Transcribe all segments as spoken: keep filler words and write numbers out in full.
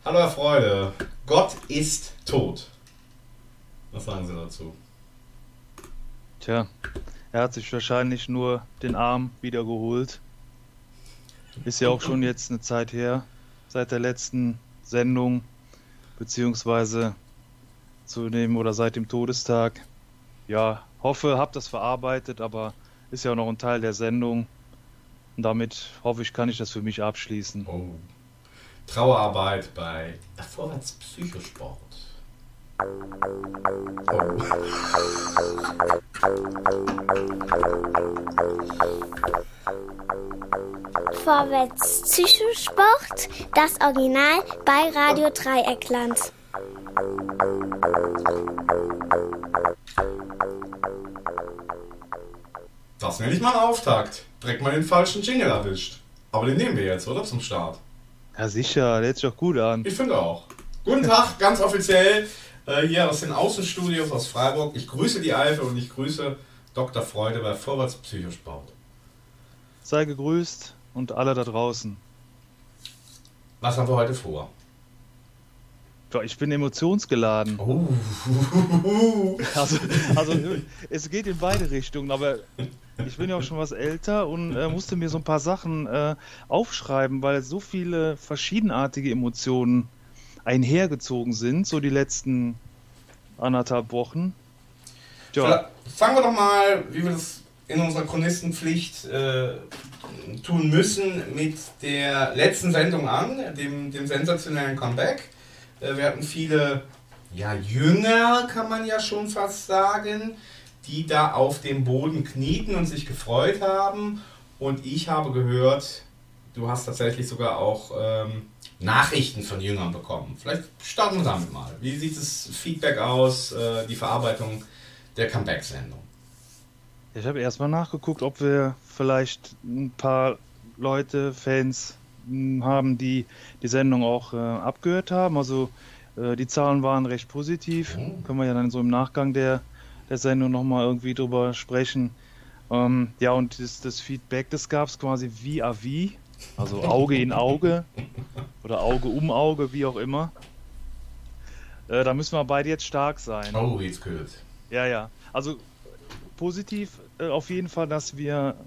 Hallo Herr Freude, Gott ist tot. Was sagen Sie dazu? Tja, er hat sich wahrscheinlich nur den Arm wiedergeholt. Ist ja auch schon jetzt eine Zeit her, seit der letzten Sendung, beziehungsweise zu dem oder seit dem Todestag. Ja, hoffe, hab das verarbeitet, aber ist ja auch noch ein Teil der Sendung. Und damit hoffe ich, kann ich das für mich abschließen. Oh. Trauerarbeit bei Vorwärts Psychosport. Oh. Vorwärts Psychosport, das Original bei Radio Dreieckland. Das nenne ich mal einen Auftakt. Direkt mal den falschen Jingle erwischt. Aber den nehmen wir jetzt, oder? Zum Start. Ja sicher, der hört sich doch gut an. Ich finde auch. Guten Tag, ganz offiziell äh, hier aus den Außenstudios aus Freiburg. Ich grüße die Eifel und ich grüße Doktor Freude bei Vorwärts Psychosport. Sei gegrüßt und alle da draußen. Was haben wir heute vor? Ja, ich bin emotionsgeladen. Oh. Also, also es geht in beide Richtungen, aber ich bin ja auch schon was älter und äh, musste mir so ein paar Sachen äh, aufschreiben, weil so viele verschiedenartige Emotionen einhergezogen sind, so die letzten anderthalb Wochen. Ja. Fangen wir doch mal, wie wir das in unserer Chronistenpflicht äh, tun müssen, mit der letzten Sendung an, dem, dem sensationellen Comeback. Äh, wir hatten viele, ja, Jünger, kann man ja schon fast sagen, die da auf dem Boden knieten und sich gefreut haben. Und ich habe gehört, du hast tatsächlich sogar auch ähm, Nachrichten von Jüngern bekommen. Vielleicht starten wir damit mal. Wie sieht das Feedback aus, äh, die Verarbeitung der Comeback-Sendung? Ich habe erstmal nachgeguckt, ob wir vielleicht ein paar Leute, Fans mh, haben, die die Sendung auch äh, abgehört haben. Also äh, die Zahlen waren recht positiv. Mhm. Können wir ja dann so im Nachgang der, der Sendung nochmal irgendwie drüber sprechen. Ähm, ja, und das, das Feedback, das gab es quasi wie à wie. Also Auge in Auge oder Auge um Auge, wie auch immer. Äh, da müssen wir beide jetzt stark sein. Oh, jetzt gehört. Ja, ja. Also positiv äh, auf jeden Fall, dass wir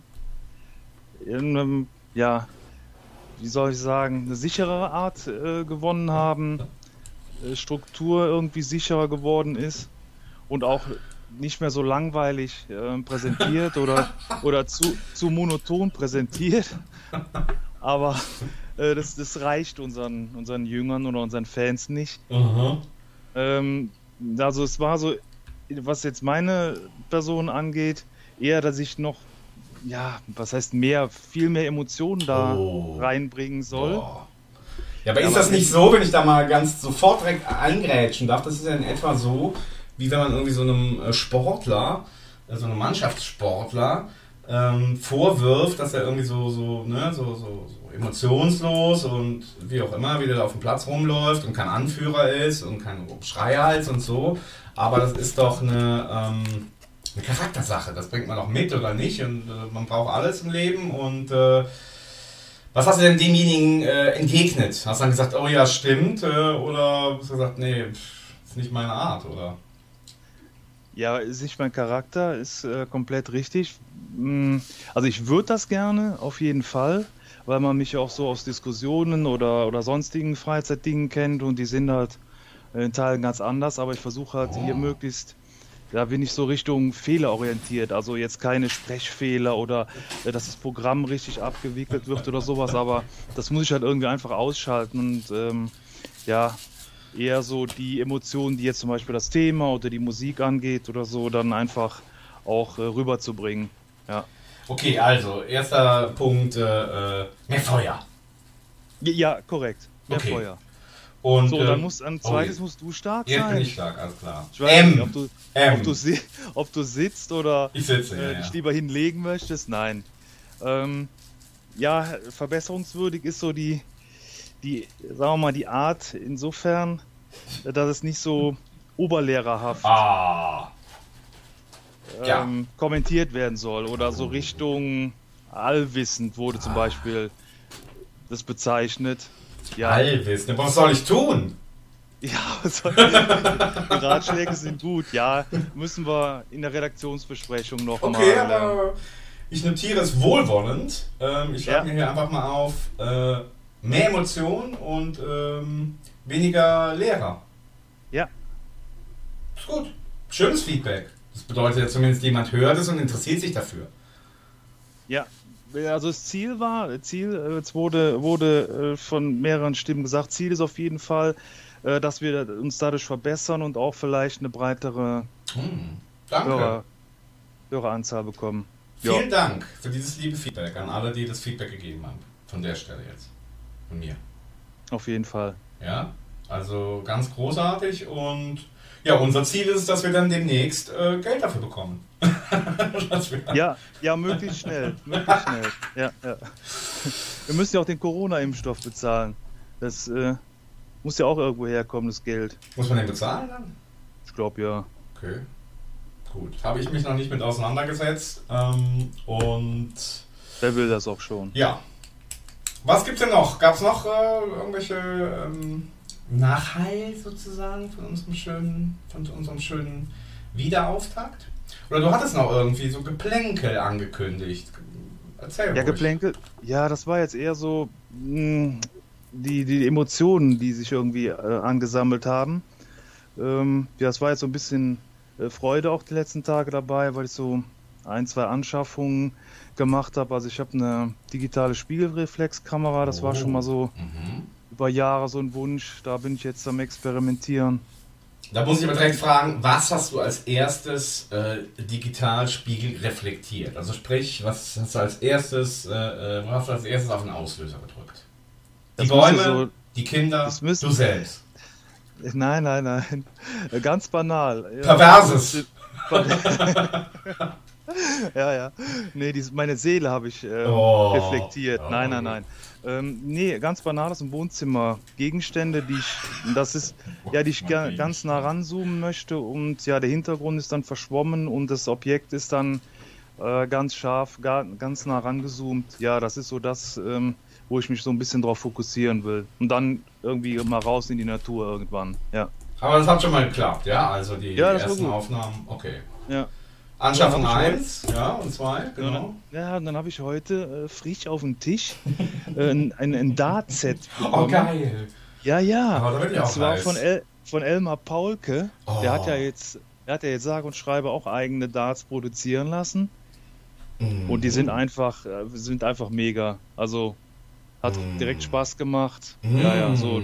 in einem, ja, wie soll ich sagen, eine sicherere Art äh, gewonnen haben, äh, Struktur irgendwie sicherer geworden ist und auch nicht mehr so langweilig äh, präsentiert oder, oder zu, zu monoton präsentiert. Aber äh, das, das reicht unseren, unseren Jüngern oder unseren Fans nicht. Mhm. Ähm, also es war so, was jetzt meine Person angeht, eher, dass ich noch, ja, was heißt mehr, viel mehr Emotionen da Oh. reinbringen soll. Boah. Ja, aber Ja, ist aber das nicht so, wenn ich da mal ganz sofort direkt eingrätschen darf, das ist ja in etwa so, wie wenn man irgendwie so einem äh, Sportler, äh, so einem Mannschaftssportler, ähm, vorwirft, dass er irgendwie so, so, ne, so, so, so emotionslos und wie auch immer wieder auf dem Platz rumläuft und kein Anführer ist und kein Schreihals und so. Aber das ist doch eine, ähm, eine Charaktersache. Das bringt man doch mit oder nicht. Und äh, man braucht alles im Leben. Und äh, was hast du denn demjenigen äh, entgegnet? Hast du dann gesagt, oh ja, stimmt? Äh, oder hast du gesagt, nee, pff, ist nicht meine Art, oder? Ja, ist nicht mein Charakter, ist äh, komplett richtig. Mm, Also ich würde das gerne, auf jeden Fall, weil man mich auch so aus Diskussionen oder, oder sonstigen Freizeitdingen kennt und die sind halt in Teilen ganz anders, aber ich versuche halt hier Oh. möglichst, da bin ich so Richtung Fehler orientiert, also jetzt keine Sprechfehler oder äh, dass das Programm richtig abgewickelt wird oder sowas, aber das muss ich halt irgendwie einfach ausschalten und ähm, ja, eher so die Emotionen, die jetzt zum Beispiel das Thema oder die Musik angeht oder so, dann einfach auch äh, rüberzubringen. Ja. Okay, also, erster Punkt, äh, äh, mehr Feuer. Ja, korrekt. Mehr Okay. Feuer. Und, So, äh, dann musst ein oh, zweites jetzt- musst du stark Jetzt sein. bin ich stark, alles klar. Ich weiß nicht, M. ob du, M. ob du, si ob du sitzt oder Ich sitze, ja, äh, ja. dich lieber hinlegen möchtest. Nein. Ähm, ja, verbesserungswürdig ist so die, die, sagen wir mal, die Art insofern, äh, dass es nicht so oberlehrerhaft Ah. ja. ähm, kommentiert werden soll oder so Richtung allwissend wurde zum Beispiel das bezeichnet. Ja, Allwissen. Was soll ich tun? ja, also, die Ratschläge sind gut. Ja, müssen wir in der Redaktionsbesprechung noch Okay, mal. aber ich notiere es wohlwollend. Ähm, ich schreibe Ja. mir hier einfach mal auf äh, mehr Emotionen und ähm, weniger Lehrer. Ja. Ist gut. Schönes Feedback. Das bedeutet ja zumindest, jemand hört es und interessiert sich dafür. Ja, also das Ziel war, Ziel, äh, es wurde, wurde äh, von mehreren Stimmen gesagt, Ziel ist auf jeden Fall, äh, dass wir uns dadurch verbessern und auch vielleicht eine breitere Hm, danke. Hörer, Höreranzahl bekommen. Vielen Dank für dieses liebe Feedback an alle, die das Feedback gegeben haben. Von der Stelle jetzt. Von mir. Auf jeden Fall. Ja, also ganz großartig und ja, unser Ziel ist, dass wir dann demnächst äh, Geld dafür bekommen. Dass wir- Ja, ja, möglichst schnell, möglichst schnell. Ja, ja. Wir müssen ja auch den Corona-Impfstoff bezahlen. Das äh, muss ja auch irgendwo herkommen, das Geld. Muss man den bezahlen dann? Ich glaube ja. Okay, gut. Habe ich mich noch nicht mit auseinandergesetzt. Ähm, und Wer will das auch schon? ja. Was gibt's denn noch? Gab es noch äh, irgendwelche ähm, Nachhall sozusagen von unserem schönen, von unserem schönen Wiederauftakt? Oder du hattest noch irgendwie so Geplänkel angekündigt. Erzähl Ja, ruhig. Geplänkel. Ja, das war jetzt eher so mh, die, die Emotionen, die sich irgendwie äh, angesammelt haben. Ähm, ja, es war jetzt so ein bisschen äh, Freude auch die letzten Tage dabei, weil ich so ein, zwei Anschaffungen gemacht habe. Also ich habe eine digitale Spiegelreflexkamera, das war schon mal so Mhm. über Jahre so ein Wunsch. Da bin ich jetzt am Experimentieren. Da muss ich aber direkt fragen, was hast du als erstes äh, digital spiegelreflektiert? Also sprich, was hast du als erstes, äh, äh, wo hast du als erstes auf den Auslöser gedrückt? Die Das Bäume, müsste so- die Kinder, das müsste- du selbst. Nein, nein, nein. Ganz banal. Ja, Perverses. Ja, ja. Nee, die, meine Seele habe ich äh, Oh. reflektiert. Oh. Nein, nein, nein. Ähm, nee, ganz banal, das sind Wohnzimmer. Gegenstände, die ich, das ist, ja, die ich ga, ganz nah ranzoomen möchte und ja, der Hintergrund ist dann verschwommen und das Objekt ist dann äh, ganz scharf, ga, ganz nah rangezoomt. Ja, das ist so das, ähm, wo ich mich so ein bisschen drauf fokussieren will. Und dann irgendwie mal raus in die Natur irgendwann. Ja. Aber das hat schon mal geklappt, ja? Also die Ja, das war ersten gut. Aufnahmen, okay. Ja. Anschaffung Ja, hab ich eins, ja, und zwei, Ja, genau. ja, und dann habe ich heute äh, frisch auf dem Tisch äh, ein, ein, ein Dart-Set bekommen. Oh, geil. Ja, ja. Aber da bin ich auch Und zwar heiß. von, El von Elmar Paulke. Oh. Der hat ja jetzt, der hat ja jetzt sage und schreibe auch eigene Darts produzieren lassen. Mhm. Und die sind einfach, äh, sind einfach mega. Also hat Mm. direkt Spaß gemacht. Mhm. Ja, ja, so.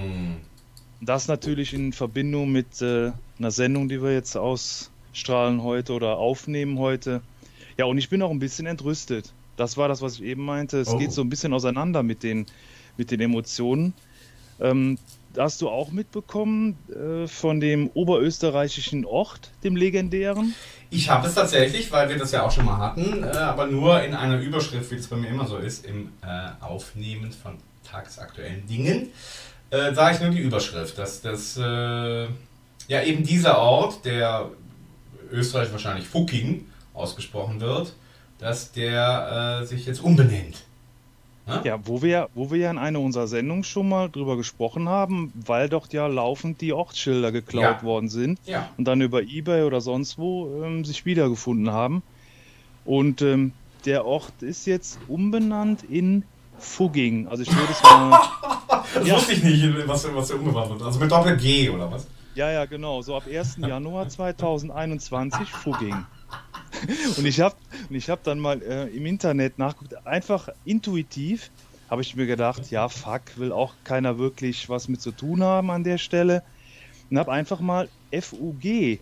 Das natürlich in Verbindung mit äh, einer Sendung, die wir jetzt ausstrahlen heute oder aufnehmen heute. Ja, und ich bin auch ein bisschen entrüstet. Das war das, was ich eben meinte. Es Oh. geht so ein bisschen auseinander mit den, mit den Emotionen. Ähm, hast du auch mitbekommen äh, von dem oberösterreichischen Ort, dem legendären? Ich habe es tatsächlich, weil wir das ja auch schon mal hatten, äh, aber nur in einer Überschrift, wie es bei mir immer so ist, im äh, Aufnehmen von tagesaktuellen Dingen, äh, sah ich nur die Überschrift, dass das äh, ja eben dieser Ort, der Österreich wahrscheinlich Fucking ausgesprochen wird, dass der äh, sich jetzt umbenennt. Ne? Ja, wo wir, wo wir ja in einer unserer Sendungen schon mal drüber gesprochen haben, weil dort ja laufend die Ortsschilder geklaut Ja. worden sind. Ja. Und dann über eBay oder sonst wo ähm, sich wiedergefunden haben. Und ähm, der Ort ist jetzt umbenannt in Fugging. Also ich würde es mal... Das Ja. wusste ich nicht, was, was der umgewandelt wird. Also mit Doppel-G oder was? Ja, ja, genau. So ab ersten Januar zweitausendeinundzwanzig Fugging. Und ich habe ich hab dann mal äh, im Internet nachgeguckt. Einfach intuitiv habe ich mir gedacht, ja, fuck, will auch keiner wirklich was mit zu tun haben an der Stelle. Und habe einfach mal F U G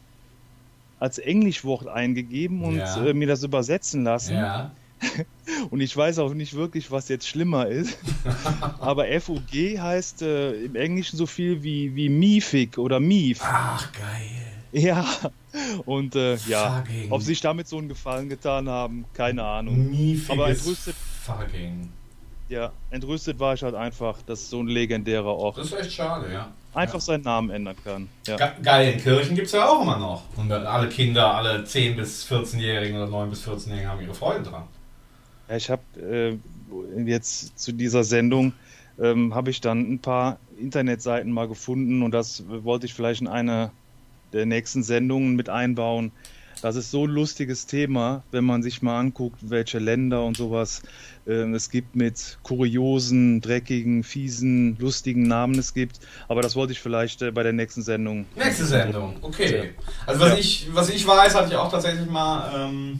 als Englischwort eingegeben und Ja. äh, mir das übersetzen lassen. Ja. Und ich weiß auch nicht wirklich, was jetzt schlimmer ist. Aber F U G heißt äh, im Englischen so viel wie, wie miefig oder mief. Ach, geil. Ja. Und äh, ja, Fucking. ob sie sich damit so einen Gefallen getan haben, keine Ahnung. Miefiges Aber entrüstet, Fucking. ja, entrüstet war ich halt einfach, dass so ein legendärer Ort Das ist echt schade, ja. einfach ja. seinen Namen ändern kann. Ja. Ge geil, in Kirchen gibt es ja auch immer noch. Und dann alle Kinder, alle zehn- bis vierzehnjährigen oder neun- bis vierzehnjährigen haben ihre Freude dran. Ja, ich habe äh, jetzt zu dieser Sendung ähm, habe ich dann ein paar Internetseiten mal gefunden und das wollte ich vielleicht in eine der nächsten Sendungen mit einbauen. Das ist so ein lustiges Thema, wenn man sich mal anguckt, welche Länder und sowas äh, es gibt mit kuriosen, dreckigen, fiesen, lustigen Namen es gibt. Aber das wollte ich vielleicht äh, bei der nächsten Sendung. Nächste Sendung, okay. Also was, ja. ich, was ich weiß, hatte ich auch tatsächlich mal ähm,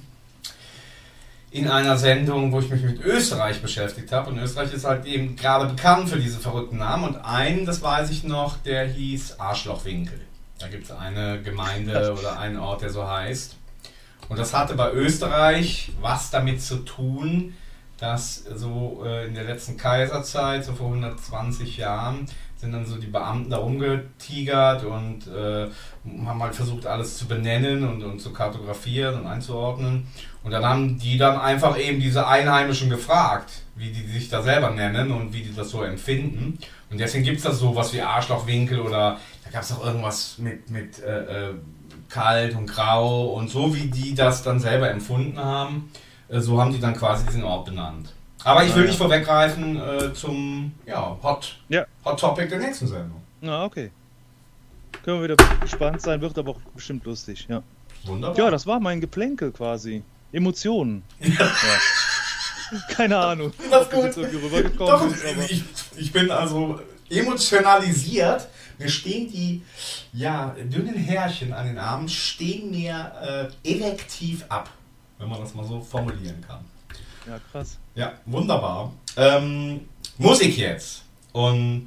in einer Sendung, wo ich mich mit Österreich beschäftigt habe. Und Österreich ist halt eben gerade bekannt für diese verrückten Namen. Und einen, das weiß ich noch, der hieß Arschlochwinkel. Da gibt es eine Gemeinde oder einen Ort, der so heißt. Und das hatte bei Österreich was damit zu tun, dass so äh, in der letzten Kaiserzeit, so vor hundertzwanzig Jahren, sind dann so die Beamten da rumgetigert und äh, haben halt versucht, alles zu benennen und, und zu kartografieren und einzuordnen. Und dann haben die dann einfach eben diese Einheimischen gefragt, wie die sich da selber nennen und wie die das so empfinden. Und deswegen gibt es da sowas wie Arschlochwinkel oder da gab es auch irgendwas mit, mit äh, äh, kalt und grau und so, wie die das dann selber empfunden haben, äh, so haben die dann quasi diesen Ort benannt. Aber ich will ah, nicht ja. vorweggreifen äh, zum ja, Hot, ja. Hot Topic der nächsten Sendung. Na, okay. Können wir wieder gespannt sein, wird aber auch bestimmt lustig, ja. Wunderbar. Ja, das war mein Geplänkel quasi. Emotionen. Ja. Ja. Keine Ahnung, das gut. Jetzt irgendwie rübergekommen Doch, ist, aber ich, ich bin also emotionalisiert. Mir stehen die ja, dünnen Härchen an den Armen, stehen mir äh, erektiv ab, wenn man das mal so formulieren kann. Ja, krass. Ja, wunderbar. Ähm, Musik jetzt. Und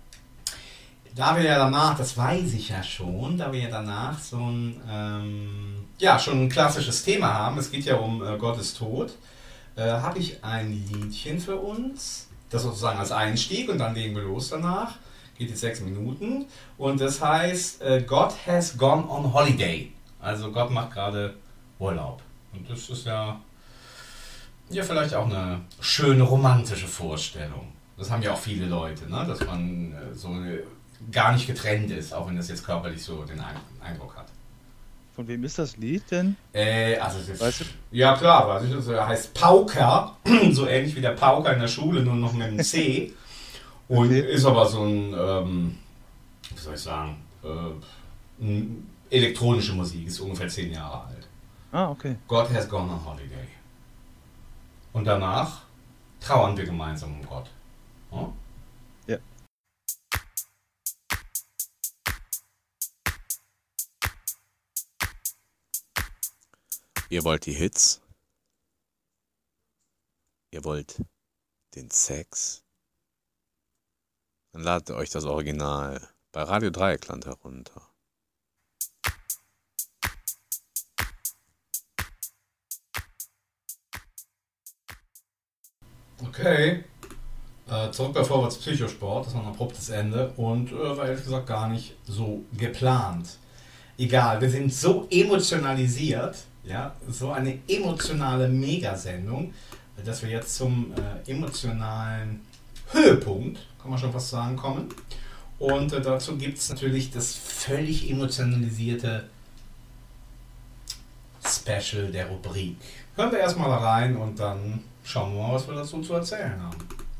da wir ja danach, das weiß ich ja schon, da wir ja danach so ein, ähm, ja, schon ein klassisches Thema haben, es geht ja um äh, Gott ist tot, äh, habe ich ein Liedchen für uns, das sozusagen als Einstieg und dann legen wir los danach, geht jetzt sechs Minuten und das heißt äh, God has gone on holiday, also Gott macht gerade Urlaub und das ist ja, ja vielleicht auch eine schöne romantische Vorstellung. Das haben ja auch viele Leute, ne? Dass man äh, so eine, gar nicht getrennt ist, auch wenn das jetzt körperlich so den Eindruck hat. Von wem ist das Lied denn? Äh, also das ist, weißt du? Ja klar, weiß ich, das heißt Pauker, so ähnlich wie der Pauker in der Schule, nur noch mit einem C. Und okay. Ist aber so ein, ähm, wie soll ich sagen, äh, ein elektronische Musik, ist ungefähr zehn Jahre alt. Ah, okay. God has gone on holiday. Und danach trauern wir gemeinsam um Gott. Hm? Ja. Ihr wollt die Hits? Ihr wollt den Sex? Dann ladet euch das Original bei Radio Dreieckland herunter. Okay. Äh, zurück bei Vorwärts Psychosport, das war ein abruptes Ende und äh, war ehrlich gesagt gar nicht so geplant. Egal, wir sind so emotionalisiert, ja, so eine emotionale Megasendung, dass wir jetzt zum äh, emotionalen Höhepunkt, kann man schon fast sagen, kommen. Und äh, dazu gibt es natürlich das völlig emotionalisierte Special der Rubrik. Hören wir erstmal da rein und dann schauen wir mal, was wir dazu zu erzählen haben.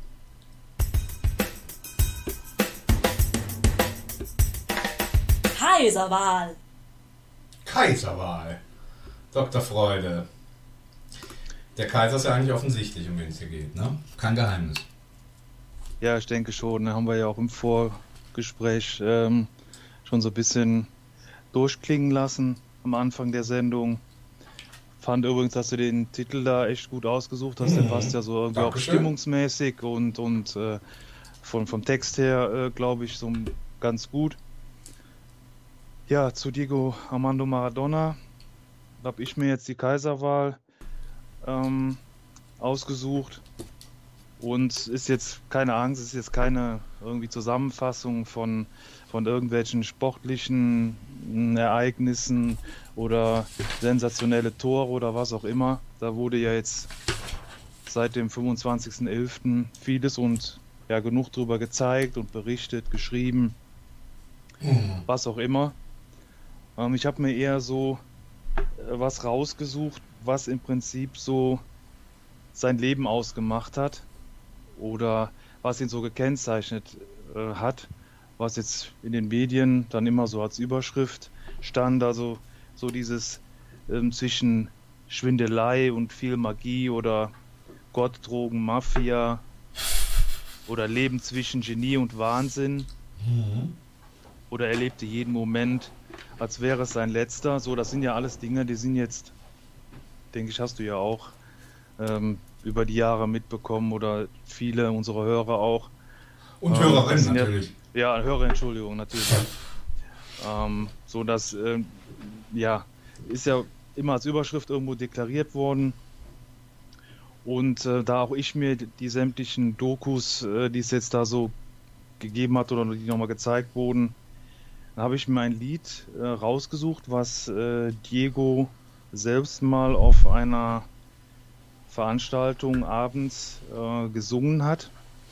Kaiserwahl. Kaiserwahl. Doktor Freude. Der Kaiser ist ja eigentlich offensichtlich, um wen es hier geht, ne? Kein Geheimnis. Ja, ich denke schon. Da haben wir ja auch im Vorgespräch ähm, schon so ein bisschen durchklingen lassen am Anfang der Sendung. Fand übrigens, dass du den Titel da echt gut ausgesucht hast. Der passt ja so irgendwie auch stimmungsmäßig und, und äh, von, vom Text her, äh, glaube ich, so ganz gut. Ja, zu Diego Armando Maradona habe ich mir jetzt die Kaiserwahl ähm, ausgesucht. Und ist jetzt keine Angst, ist jetzt keine irgendwie Zusammenfassung von, von irgendwelchen sportlichen Ereignissen oder sensationelle Tore oder was auch immer. Da wurde ja jetzt seit dem fünfundzwanzigsten elften vieles und ja genug drüber gezeigt und berichtet, geschrieben, mhm. was auch immer. Ähm, ich habe mir eher so äh, was rausgesucht, was im Prinzip so sein Leben ausgemacht hat. Oder was ihn so gekennzeichnet äh, hat, was jetzt in den Medien dann immer so als Überschrift stand, also so dieses ähm, zwischen Schwindelei und viel Magie oder Gott, Drogen, Mafia oder Leben zwischen Genie und Wahnsinn. Mhm. Oder er lebte jeden Moment, als wäre es sein letzter. So, das sind ja alles Dinge, die sind jetzt, denke ich, hast du ja auch ähm, über die Jahre mitbekommen oder viele unserer Hörer auch. Und ähm, Hörerinnen natürlich. Ja, ja, Hörer, Entschuldigung, natürlich. ähm, so, das, ähm, ja, ist ja immer als Überschrift irgendwo deklariert worden. Und äh, da auch ich mir die sämtlichen Dokus, äh, die es jetzt da so gegeben hat oder die nochmal gezeigt wurden, da habe ich mir ein Lied äh, rausgesucht, was äh, Diego selbst mal auf einer Veranstaltung abends äh, gesungen hat.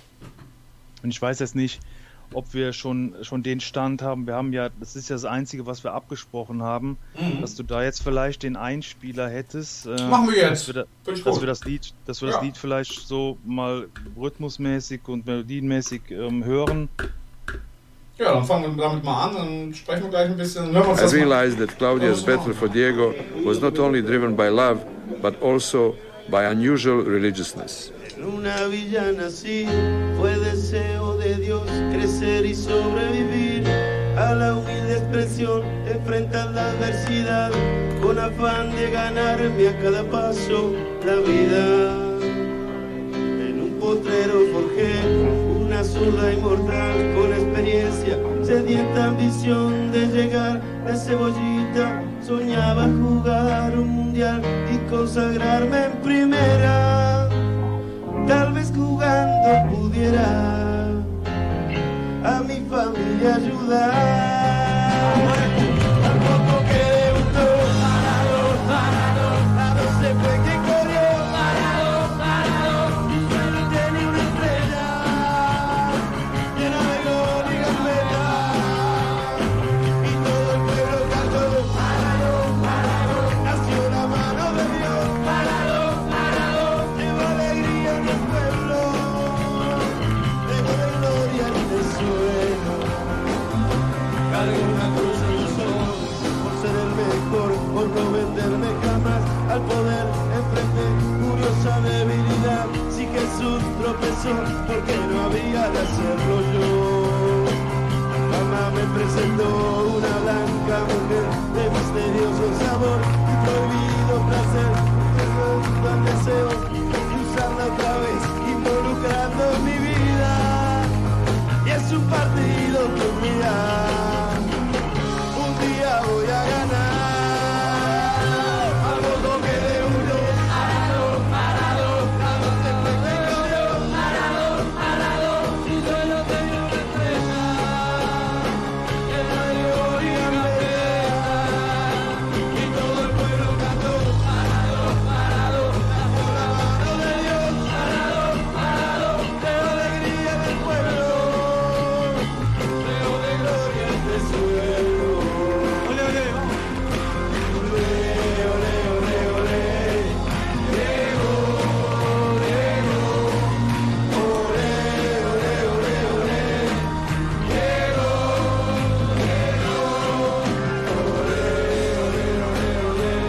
Und ich weiß jetzt nicht, ob wir schon, schon den Stand haben. Wir haben ja, das ist ja das Einzige, was wir abgesprochen haben, mhm. dass du da jetzt vielleicht den Einspieler hättest. Äh, Machen wir jetzt. Dass wir, da, dass wir das Lied, dass wir ja. das Lied vielleicht so mal rhythmusmäßig und melodienmäßig ähm, hören. Ja, dann fangen wir damit mal an, dann sprechen wir gleich ein bisschen. Hören wir uns I das realized that Claudia's battle for Diego was not only driven by love, but also by unusual religiousness. En una villa nací, fue deseo de Dios crecer y sobrevivir a la humilde expresión, enfrentar la adversidad con afán de ganarme a cada paso la vida. En un potrero forjé una zurda inmortal con experiencia, sedienta ambición de llegar de cebollita. Soñaba jugar un mundial y consagrarme en primera. Tal vez jugando pudiera a mi familia ayudar. Al poco que debutó, parado, parado, a doce fue que corrió, parado, parado, y sueño tiene una estrella llena de gloria y gambeta. Y todo el pueblo cantó, parado, parado, nació la mano de Dios, parado, parado, lleva alegría en el pueblo, dejo de gloria en el suelo. Cargué una cruz en los ojos por ser el mejor, por no venderme jamás al poder. Enfrenté curiosa debilidad. Si Jesús tropezó, ¿por qué no había de hacerlo yo? Mamá me presentó una blanca mujer de misterioso sabor y prohibido placer, que rondan deseos y usarla otra vez, involucrando mi vida. Y es un partido que mira, un día voy a ganar. Al poco que debutó, parado, parado, a donde fue que corrió, parado, parado, y solo tenía una estrella llena de gloria y gambeta. Y todo el pueblo cantó, parado, parado, bajo la mano de Dios, parado, parado, de alegría del pueblo, veo de gloria este suelo. Ole, ole, vamos. Ole, ole, ole, ole. Diego, Diego. Ole, ole, ole, ole. Diego, Diego. Ole, ole, ole, ole.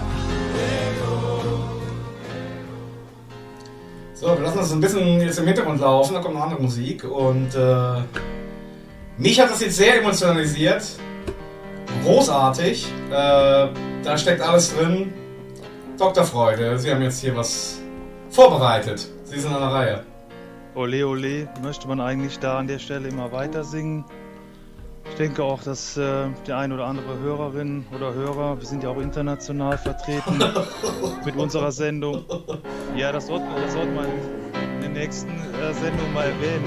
So, wir lassen das ein bisschen jetzt im Hintergrund laufen, da kommt noch andere Musik und äh, mich hat das jetzt sehr emotionalisiert. Großartig. Äh, da steckt alles drin. Doktor Freude, Sie haben jetzt hier was vorbereitet. Sie sind an der Reihe. Ole Ole möchte man eigentlich da an der Stelle immer weiter singen. Ich denke auch, dass äh, der ein oder andere Hörerin oder Hörer, wir sind ja auch international vertreten mit unserer Sendung. Ja, das sollten das sollte man in der nächsten äh, Sendung mal erwähnen.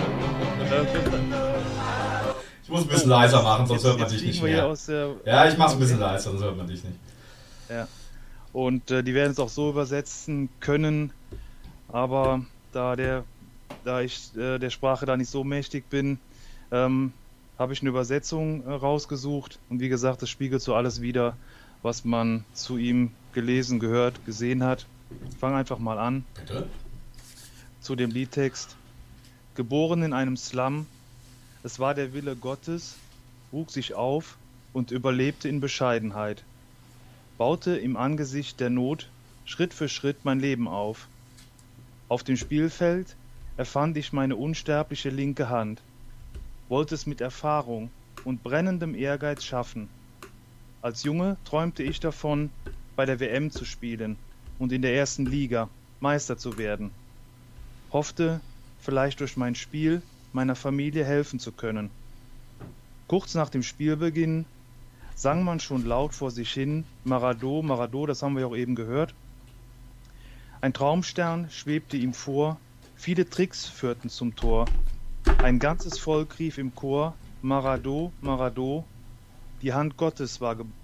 Ich muss ein bisschen leiser machen, sonst hört man dich nicht mehr. Aus der Ja, ich mach's ein bisschen leiser, sonst hört man dich nicht. Ja. Und äh, die werden es auch so übersetzen können, aber da der, da ich äh, der Sprache da nicht so mächtig bin, ähm, habe ich eine Übersetzung äh, rausgesucht und wie gesagt, das spiegelt so alles wider, was man zu ihm gelesen, gehört, gesehen hat. Ich fange einfach mal an. Bitte? Zu dem Liedtext. geboren in einem Slum. Es war der Wille Gottes, wuchs ich auf und überlebte in Bescheidenheit. Baute im Angesicht der Not Schritt für Schritt mein Leben auf. Auf dem Spielfeld erfand ich meine unsterbliche linke Hand, wollte es mit Erfahrung und brennendem Ehrgeiz schaffen. Als Junge träumte ich davon, bei der W M zu spielen und in der ersten Liga Meister zu werden. Hoffte, vielleicht durch mein Spiel meiner Familie helfen zu können. Kurz nach dem Spielbeginn sang man schon laut vor sich hin, Maradó, Maradó, das haben wir auch eben gehört. Ein Traumstern schwebte ihm vor, viele Tricks führten zum Tor. Ein ganzes Volk rief im Chor, Maradó, Maradó, die Hand Gottes war geboren.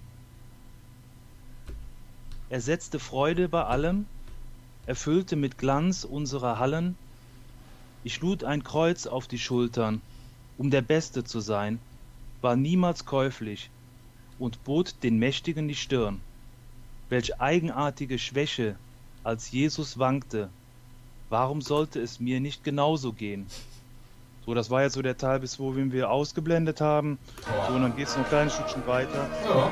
Er setzte Freude bei allem, erfüllte mit Glanz unsere Hallen. Ich lud ein Kreuz auf die Schultern, um der Beste zu sein, war niemals käuflich und bot den Mächtigen die Stirn. Welch eigenartige Schwäche, als Jesus wankte, warum sollte es mir nicht genauso gehen? So, das war jetzt so der Teil, bis wohin wir ausgeblendet haben. So, und dann geht es noch ein kleines Stückchen weiter. Ja.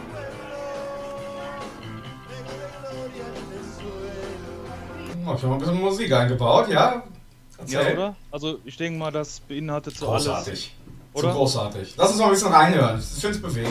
Ich habe mal ein bisschen Musik eingebaut, ja? Erzähl. Ja, oder? Also, ich denke mal, das beinhaltet so großartig. alles. Großartig. Oder? So großartig. Lass uns mal ein bisschen reinhören. Ich finde es bewegend.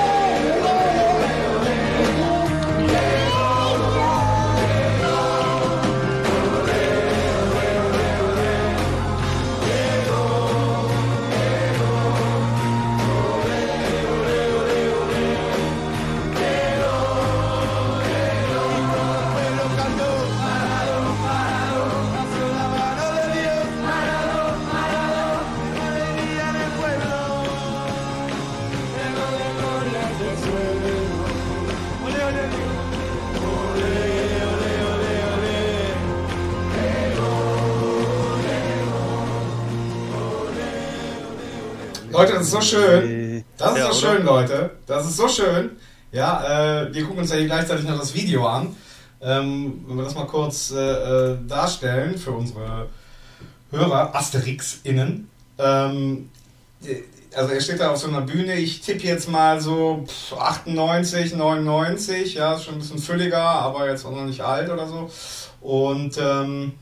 Leute, das ist so schön. Das ist Ja, so oder? schön, Leute. Das ist so schön. Ja, äh, wir gucken uns ja hier gleichzeitig noch das Video an. Ähm, wenn wir das mal kurz äh, äh, darstellen für unsere Hörer, Asterix-Innen. Ähm, also er steht da auf so einer Bühne. Ich tippe jetzt mal so pff, achtundneunzig, neunundneunzig. Ja, ist schon ein bisschen fülliger, aber jetzt auch noch nicht alt oder so. Und ähm,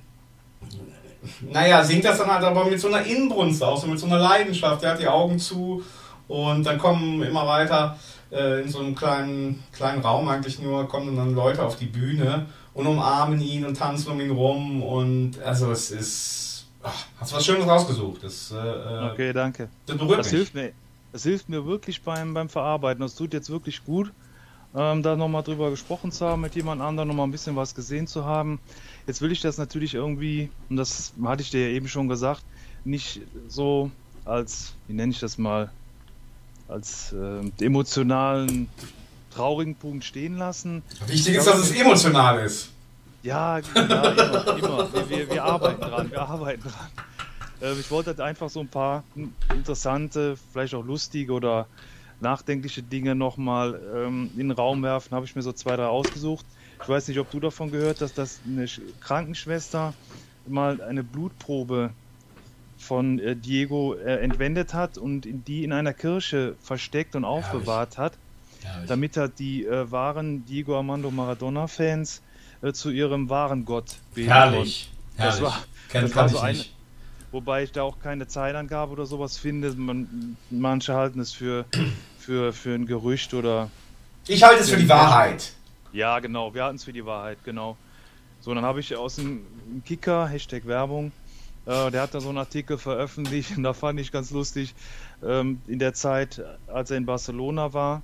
naja, singt das dann halt aber mit so einer Inbrunst aus, so mit so einer Leidenschaft. Er hat die Augen zu und dann kommen immer weiter äh, in so einem kleinen, kleinen Raum eigentlich nur, kommen dann Leute auf die Bühne und umarmen ihn und tanzen um ihn rum und also es ist, ach, hast du was Schönes rausgesucht. Das, äh, Okay, danke. das berührt Das mich. hilft mir, das hilft mir wirklich beim, beim Verarbeiten. Das tut jetzt wirklich gut, ähm, da nochmal drüber gesprochen zu haben, mit jemand anderem nochmal ein bisschen was gesehen zu haben. Jetzt will ich das natürlich irgendwie, und das hatte ich dir ja eben schon gesagt, nicht so als, wie nenne ich das mal, als äh, emotionalen, traurigen Punkt stehen lassen. Wichtig ist, dass es emotional ist. Ja, ja immer, immer. Wir, wir, wir arbeiten dran, wir arbeiten dran. Ähm, ich wollte halt einfach so ein paar interessante, vielleicht auch lustige oder nachdenkliche Dinge nochmal ähm, in den Raum werfen. Habe ich mir so zwei, drei ausgesucht. Ich weiß nicht, ob du davon gehört hast, dass eine Sch- Krankenschwester mal eine Blutprobe von äh, Diego äh, entwendet hat und in die in einer Kirche versteckt und aufbewahrt hat, damit halt die äh, wahren Diego Armando Maradona-Fans äh, zu ihrem wahren Gott beten Herrlich. konnten. Das Herrlich. war, Kenn, das kann war ich so ein, nicht. wobei ich da auch keine Zeitangabe oder sowas finde. Man, manche halten es für, für, für ein Gerücht oder... Ich halte es für die Wahrheit. Ja, genau, wir hatten es für die Wahrheit, genau. So, dann habe ich aus dem Kicker, Hashtag Werbung, äh, der hat da so einen Artikel veröffentlicht und da fand ich ganz lustig, ähm, in der Zeit, als er in Barcelona war,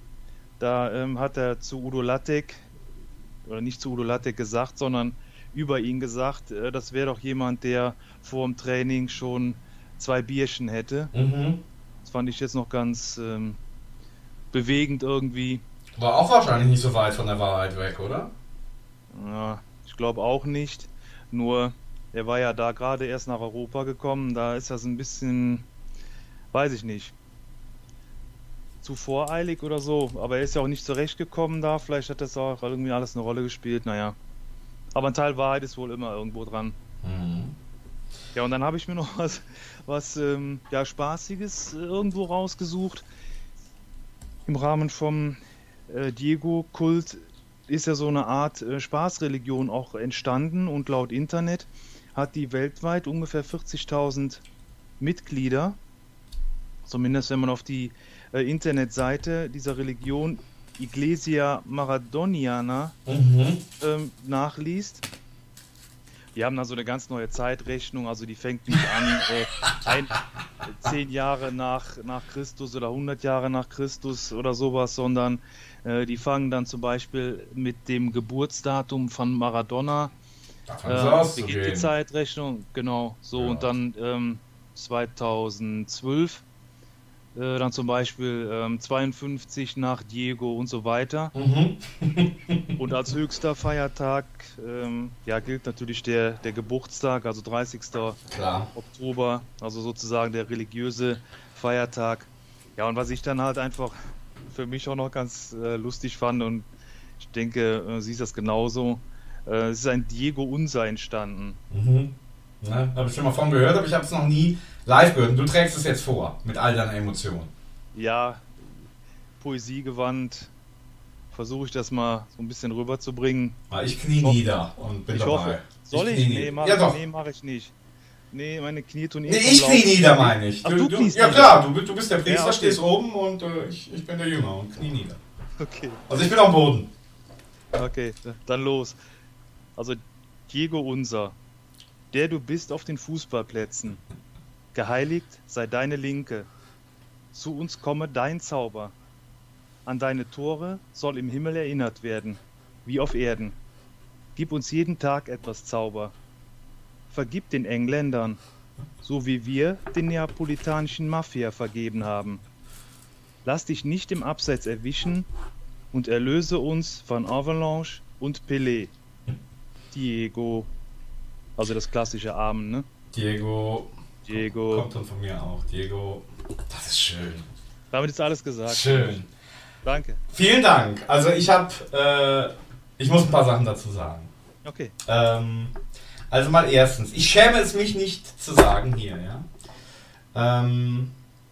da ähm, hat er zu Udo Lattek, oder nicht zu Udo Lattek gesagt, sondern über ihn gesagt, äh, das wäre doch jemand, der vor dem Training schon zwei Bierchen hätte. Mhm. Das fand ich jetzt noch ganz ähm, bewegend irgendwie. War auch wahrscheinlich nicht so weit von der Wahrheit weg, oder? Ja, ich glaube auch nicht. Nur, er war ja da gerade erst nach Europa gekommen. Da ist das ein bisschen, weiß ich nicht, zu voreilig oder so. Aber er ist ja auch nicht zurechtgekommen da. Vielleicht hat das auch irgendwie alles eine Rolle gespielt. Naja. Aber ein Teil Wahrheit ist wohl immer irgendwo dran. Mhm. Ja, und dann habe ich mir noch was, was ähm, ja, Spaßiges äh, irgendwo rausgesucht. Im Rahmen vom äh, Diego-Kult ist ja so eine Art äh, Spaßreligion auch entstanden und laut Internet hat die weltweit ungefähr vierzigtausend Mitglieder. Zumindest wenn man auf die äh, Internetseite dieser Religion Iglesia Maradoniana Mhm. ähm, nachliest. Die haben dann so eine ganz neue Zeitrechnung, also die fängt nicht an äh, ein, zehn Jahre nach, nach Christus oder hundert Jahre nach Christus oder sowas, sondern äh, die fangen dann zum Beispiel mit dem Geburtsdatum von Maradona, Davon äh, ist beginnt auszugehen. die Zeitrechnung, genau, so Ja. und dann ähm, zweitausendzwölf äh, dann zum Beispiel ähm, zweiundfünfzig nach Diego und so weiter. Mhm. Und als höchster Feiertag ähm, ja, gilt natürlich der, der Geburtstag, also dreißigster Klar. Oktober, also sozusagen der religiöse Feiertag. Ja, und was ich dann halt einfach für mich auch noch ganz äh, lustig fand, und ich denke, äh, siehst das genauso, äh, es ist ein Diego Unser entstanden. Mhm. Ne? Habe ich schon mal von gehört, aber ich habe es noch nie live gehört. Und du trägst es jetzt vor, mit all deiner Emotionen. Ja, poesiegewandt versuche ich das mal so ein bisschen rüberzubringen. Weil ich knie Ich hoffe- nieder und bin Ich dabei. hoffe, soll ich? knie Nee, nieder. mach, Ja doch. nee, mach ich nicht. Nee, meine Knie tun eh Nee, vom ich Laufen. knie nieder, meine ich. Ach, du kniest ja nieder. klar, du, bist- du bist der Priester, Ja, okay. stehst oben und äh, ich, ich bin der Jünger und knie nieder. Okay, Also ich bin am Boden. okay, dann los. Also Diego Unser, der du bist auf den Fußballplätzen, geheiligt sei deine Linke, zu uns komme dein Zauber, an deine Tore soll im Himmel erinnert werden, wie auf Erden. Gib uns jeden Tag etwas Zauber, vergib den Engländern, so wie wir den neapolitanischen Mafia vergeben haben. Lass dich nicht im Abseits erwischen und erlöse uns von Avalanche und Pelé. Diego. Also das klassische Amen, ne? Diego, Diego. kommt dann von mir auch. Diego, das ist schön. Damit ist alles gesagt. Schön. Danke. Vielen Dank. Also ich habe, äh, ich muss ein paar Sachen dazu sagen. Okay. Ähm, also mal erstens, ich schäme es mich nicht zu sagen hier, ja. Ähm,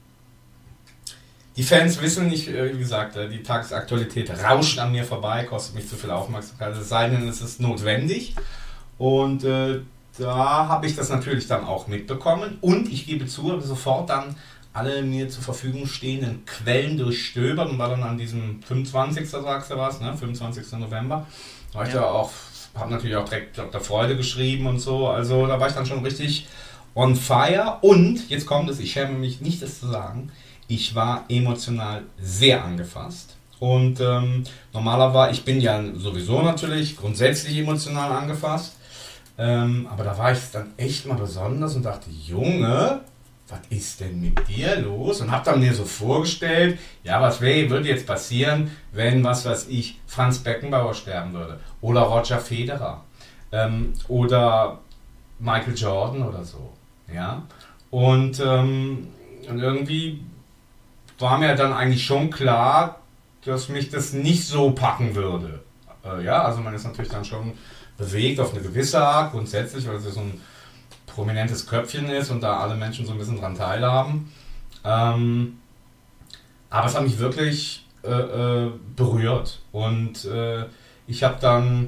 die Fans wissen nicht, äh, wie gesagt, äh, die Tagesaktualität rauscht an mir vorbei, kostet mich zu viel Aufmerksamkeit, es sei denn, es ist notwendig. Und äh, da habe ich das natürlich dann auch mitbekommen. Und ich gebe zu, habe sofort dann alle mir zur Verfügung stehenden Quellen durchstöbert und war dann an diesem fünfundzwanzigsten sagst du was, ne? fünfundzwanzigsten November. Da war ich Ja. da auch, habe natürlich auch direkt Doktor Freude geschrieben und so. Also da war ich dann schon richtig on fire. Und jetzt kommt es, ich schäme mich nicht, das zu sagen, ich war emotional sehr angefasst. Und ähm, normalerweise, ich bin ja sowieso natürlich grundsätzlich emotional angefasst. Ähm, aber da war ich dann echt mal besonders und dachte, Junge, was ist denn mit dir los? Und hab dann mir so vorgestellt, ja, was wär, würde jetzt passieren, wenn, was weiß ich, Franz Beckenbauer sterben würde. Oder Roger Federer. Ähm, oder Michael Jordan oder so. Ja. Und, ähm, und irgendwie war mir dann eigentlich schon klar, dass mich das nicht so packen würde. Äh, ja, also man ist natürlich dann schon bewegt auf eine gewisse Art, grundsätzlich, weil es ja so ein prominentes Köpfchen ist und da alle Menschen so ein bisschen dran teilhaben. Ähm, aber es hat mich wirklich äh, äh, berührt. Und äh, ich habe dann,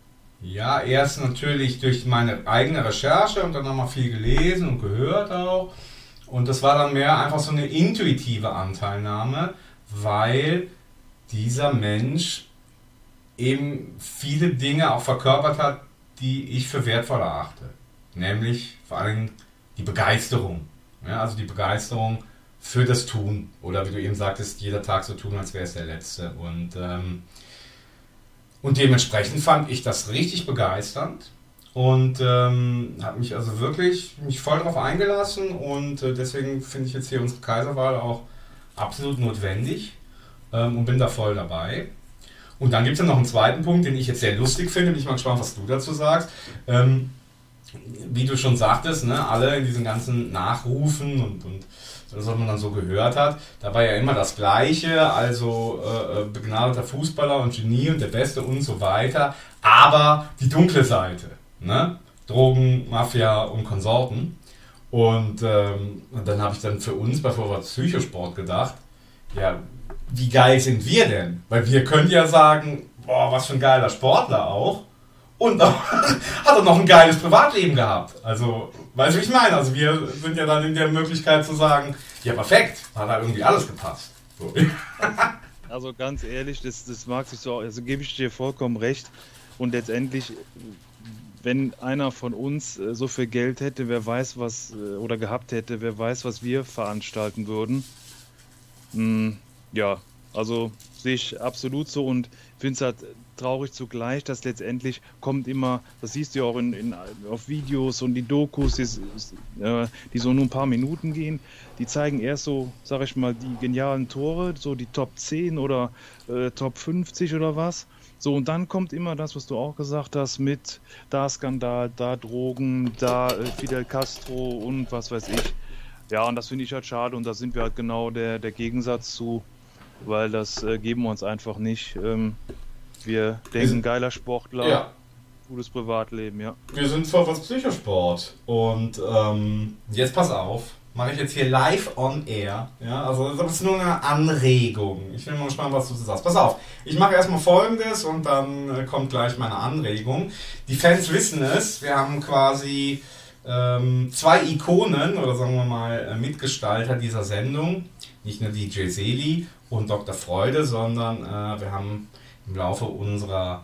ja, erst natürlich durch meine eigene Recherche und dann nochmal viel gelesen und gehört auch. Und das war dann mehr einfach so eine intuitive Anteilnahme, weil dieser Mensch eben viele Dinge auch verkörpert hat, die ich für wertvoll erachte. Nämlich vor allem die Begeisterung. Ja, also die Begeisterung für das Tun. Oder wie du eben sagtest, jeder Tag so tun, als wäre es der letzte. Und, ähm, und dementsprechend fand ich das richtig begeisternd. Und ähm, habe mich also wirklich mich voll darauf eingelassen. Und äh, deswegen finde ich jetzt hier unsere Kaiserwahl auch absolut notwendig. Ähm, und bin da voll dabei. Und dann gibt es ja noch einen zweiten Punkt, den ich jetzt sehr lustig finde. Bin ich mal gespannt, was du dazu sagst. Ähm, wie du schon sagtest, ne, alle in diesen ganzen Nachrufen und, und das, was man dann so gehört hat, da war ja immer das Gleiche, also äh, begnadeter Fußballer und Genie und der Beste und so weiter, aber die dunkle Seite, ne? Drogen, Mafia und Konsorten. Und ähm, dann habe ich dann für uns bei Vorwärts Psychosport gedacht, ja, wie geil sind wir denn? Weil wir können ja sagen, boah, was für ein geiler Sportler auch. Und auch, hat er noch ein geiles Privatleben gehabt. Also, weißt du, wie ich meine? Also wir sind ja dann in der Möglichkeit zu sagen, ja perfekt, hat da irgendwie alles gepasst. So. Also ganz ehrlich, das, das mag sich so, also gebe ich dir vollkommen recht. Und letztendlich, wenn einer von uns äh, so viel Geld hätte, wer weiß was, äh, oder gehabt hätte, wer weiß, was wir veranstalten würden. Hm, ja, also sehe ich absolut so und finde es halt traurig zugleich, dass letztendlich kommt immer, das siehst du ja auch in, in, auf Videos und die Dokus, die, äh, die so nur ein paar Minuten gehen, die zeigen erst so, sag ich mal, die genialen Tore, so die Top zehn oder äh, Top fünfzig oder was. So, und dann kommt immer das, was du auch gesagt hast, mit da Skandal, da Drogen, da äh, Fidel Castro und was weiß ich. Ja, und das finde ich halt schade und da sind wir halt genau der, der Gegensatz zu, weil das äh, geben wir uns einfach nicht. Ähm, wir denken, geiler Sportler, ja. Gutes Privatleben, ja. Wir sind Vorwärts Psychosport und ähm, jetzt pass auf, mache ich jetzt hier live on air. Ja, also das ist nur eine Anregung. Ich bin mal gespannt, was du sagst. Pass auf, ich mache erstmal Folgendes und dann äh, kommt gleich meine Anregung. Die Fans wissen es, wir haben quasi ähm, zwei Ikonen oder sagen wir mal äh, Mitgestalter dieser Sendung. Nicht nur D J Seeli und Doktor Freude, sondern äh, wir haben im Laufe unserer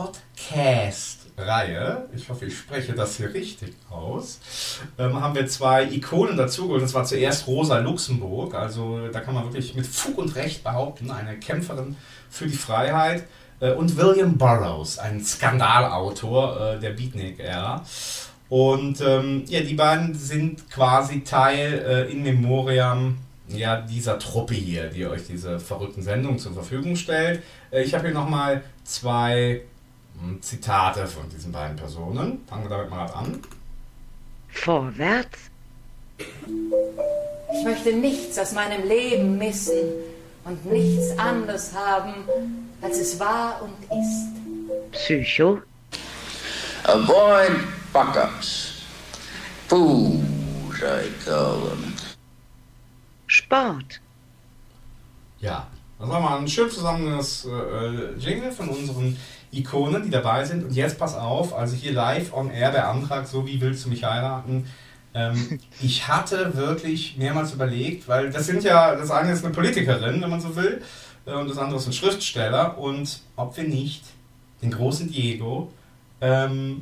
Podcast-Reihe, ich hoffe, ich spreche das hier richtig aus, ähm, haben wir zwei Ikonen dazugeholt. Das war zuerst Rosa Luxemburg, also da kann man wirklich mit Fug und Recht behaupten, eine Kämpferin für die Freiheit, äh, und William Burroughs, ein Skandalautor äh, der Beatnik-Ära. Und ähm, ja, die beiden sind quasi Teil äh, in Memoriam ja, dieser Truppe hier, die euch diese verrückten Sendungen zur Verfügung stellt. Äh, ich habe hier nochmal zwei hm, Zitate von diesen beiden Personen. Fangen wir damit mal an. Vorwärts. Ich möchte nichts aus meinem Leben missen und nichts anderes haben, als es war und ist. Psycho. Avoid fuck-ups. Fools, I call them. Sport. Ja, das war mal ein schön zusammengehendes äh, Jingle von unseren Ikonen, die dabei sind. Und jetzt pass auf, also hier live on air der Antrag, so wie willst du mich heiraten? Ähm, ich hatte wirklich mehrmals überlegt, weil das sind ja, das eine ist eine Politikerin, wenn man so will, äh, und das andere ist ein Schriftsteller. Und ob wir nicht den großen Diego ähm,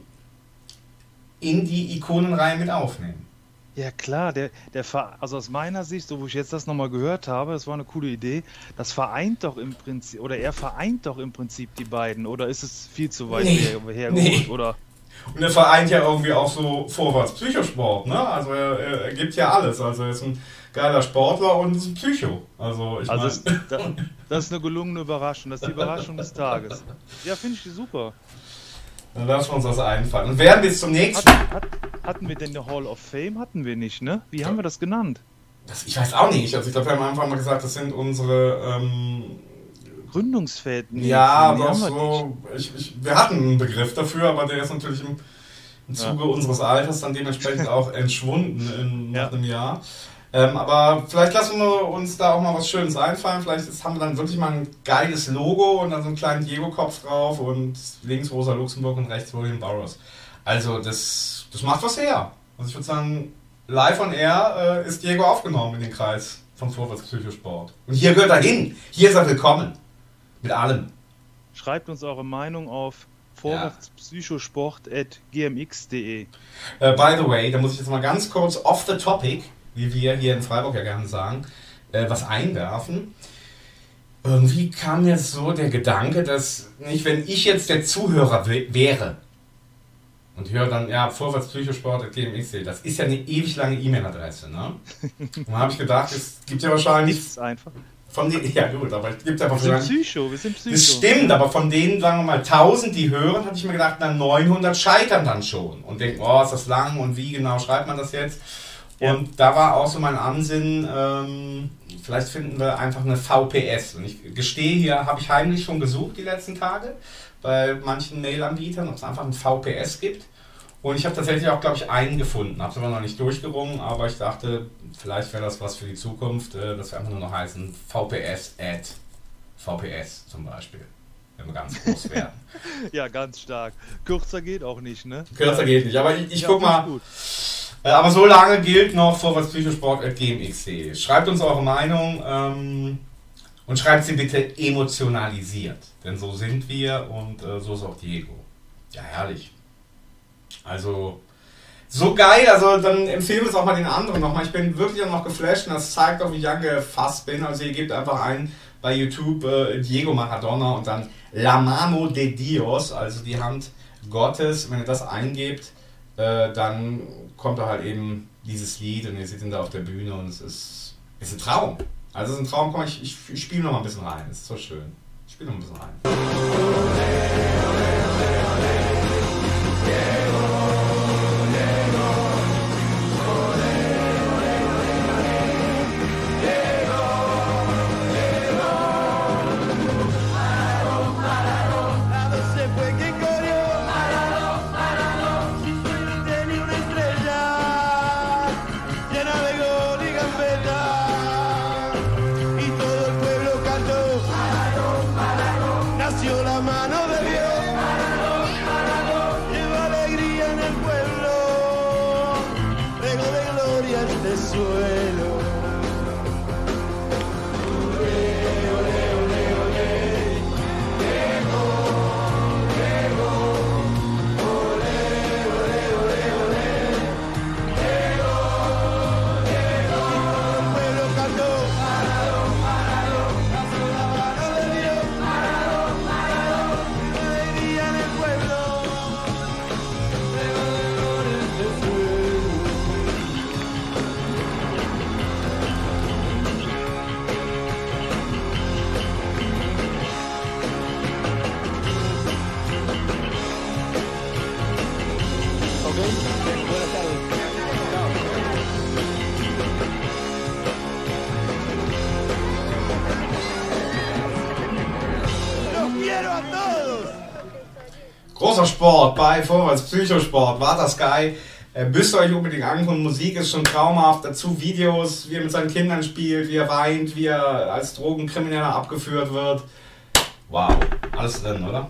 in die Ikonenreihe mit aufnehmen. Ja klar, der, der also aus meiner Sicht, so wo ich jetzt das nochmal gehört habe, das war eine coole Idee, das vereint doch im Prinzip, oder er vereint doch im Prinzip die beiden, oder ist es viel zu weit nee, her, hergeholt, nee. Oder? Und er vereint ja irgendwie auch so Vorwärts Psychosport, ne? Also er, er gibt ja alles, also er ist ein geiler Sportler und ist ein Psycho. Also ich also meine... Das, das ist eine gelungene Überraschung, das ist die Überraschung des Tages. Ja, finde ich super. Dann lassen wir uns das einfallen. Und werden bis zum nächsten... Hat, hat, hatten wir denn eine Hall of Fame? Hatten wir nicht, ne? Wie ja. haben wir das genannt? Das, ich weiß auch nicht. Also ich glaube, wir haben einfach mal gesagt, das sind unsere... Ähm, Gründungsväter. Ja, doch so... Ich, ich, wir hatten einen Begriff dafür, aber der ist natürlich im, im Zuge ja. unseres Alters dann dementsprechend auch entschwunden in, nach ja. einem Jahr. Ähm, aber vielleicht lassen wir uns da auch mal was Schönes einfallen. Vielleicht ist, haben wir dann wirklich mal ein geiles Logo und dann so einen kleinen Diego-Kopf drauf und links Rosa Luxemburg und rechts William Burroughs. Also das, das macht was her. Also ich würde sagen, live on air äh, ist Diego aufgenommen in den Kreis von Vorwärts Psychosport. Und hier gehört er hin. Hier ist er willkommen. Mit allem. Schreibt uns eure Meinung auf vorwärtspsychosport at g m x punkt d e. Uh, by the way, da muss ich jetzt mal ganz kurz off the topic, wie wir hier in Freiburg ja gerne sagen, äh, was einwerfen. Irgendwie kam mir so der Gedanke, dass nicht, wenn ich jetzt der Zuhörer wäre und höre dann, ja, vorwärtspsychosport at g m x punkt d e, das ist ja eine ewig lange E-Mail-Adresse, ne? Und dann habe ich gedacht, es gibt ja wahrscheinlich... Das ist einfach. Von den, ja gut, aber es gibt ja wir sind Psycho, wir sind Psycho. Das stimmt, aber von denen, sagen wir mal, tausend, die hören, hatte ich mir gedacht, na neunhundert scheitern dann schon und denken, oh, ist das lang und wie genau schreibt man das jetzt? Ja. Und da war auch so mein Ansinnen, ähm, vielleicht finden wir einfach eine V P S. Und ich gestehe, hier habe ich heimlich schon gesucht die letzten Tage bei manchen Mail-Anbietern, ob es einfach ein V P S gibt. Und ich habe tatsächlich auch, glaube ich, einen gefunden. Habe es aber noch nicht durchgerungen, aber ich dachte, vielleicht wäre das was für die Zukunft, äh, dass wir einfach nur noch heißen V P S at V P S zum Beispiel, wenn wir ganz groß werden. Ja, ganz stark. Kürzer geht auch nicht, ne? Kürzer geht nicht, aber ich, ich ja, guck mal. Gut. Äh, aber so lange gilt noch vorwärtspsychosport at g m x punkt d. Schreibt uns eure Meinung ähm, und schreibt sie bitte emotionalisiert. Denn so sind wir und äh, so ist auch Diego. Ja, herrlich. Also, so geil, also dann empfehlen wir es auch mal den anderen nochmal. Ich bin wirklich noch geflasht und das zeigt auch, wie ich angefasst bin. Also ihr gebt einfach ein bei YouTube äh, Diego Maradona und dann La Mano de Dios, also die Hand Gottes. Wenn ihr das eingebt, äh, dann kommt da halt eben dieses Lied und ihr seht ihn da auf der Bühne und es ist, ist ein Traum. Also es ist ein Traum, komm, ich, ich, ich spiele noch mal ein bisschen rein, es ist so schön. Ich spiele noch ein bisschen rein. Großer Sport bei Vorwärts Psychosport, war das geil. Äh, müsst ihr euch unbedingt angucken. Musik ist schon traumhaft. Dazu Videos, wie er mit seinen Kindern spielt, wie er weint, wie er als Drogenkrimineller abgeführt wird. Wow, alles drin, oder?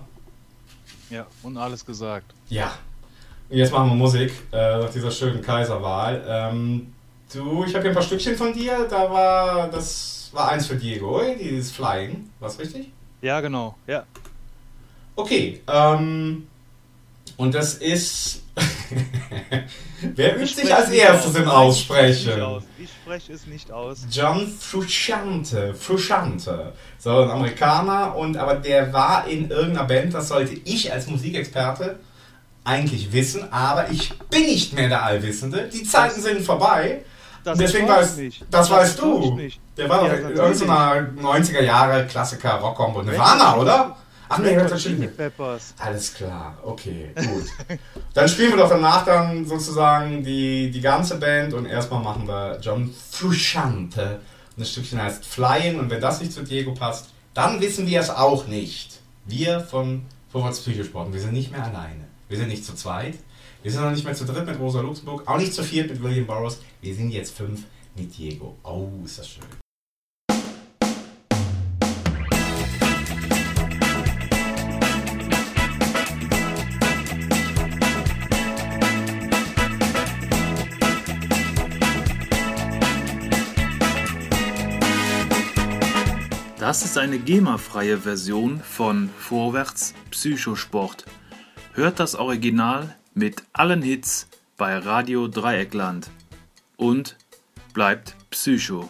Ja, und alles gesagt. Ja. Und jetzt machen wir Musik äh, nach dieser schönen Kaiserwahl. Ähm, du, ich habe hier ein paar Stückchen von dir. Da war, das war eins für Diego, dieses Flying. War's richtig? Ja, genau. Ja. Okay, ähm, und das ist, wer übt sich als erstes im Aussprechen? Aus. Ich spreche es nicht aus. John Frusciante, Frusciante, so ein Amerikaner, und aber der war in irgendeiner Band, das sollte ich als Musikexperte eigentlich wissen, aber ich bin nicht mehr der Allwissende, die Zeiten das, sind vorbei. Das deswegen weiß, nicht. Das, das weißt du. Nicht. Der war doch ja, in irgendeiner neunziger Jahre Klassiker Rockcombo Nirvana, oder? Ach nee, Red Hot Chili Peppers. Alles klar, okay, gut. Dann spielen wir doch danach dann sozusagen die, die ganze Band und erstmal machen wir John Frusciante. Und das Stückchen heißt Flying, und wenn das nicht zu Diego passt, dann wissen wir es auch nicht. Wir von Vorwärts Psychosport, wir sind nicht mehr alleine. Wir sind nicht zu zweit, wir sind noch nicht mehr zu dritt mit Rosa Luxemburg, auch nicht zu viert mit William Burroughs, wir sind jetzt fünf mit Diego. Oh, ist das schön. Das ist eine GEMA-freie Version von Vorwärts Psychosport. Hört das Original mit allen Hits bei Radio Dreieckland und bleibt Psycho.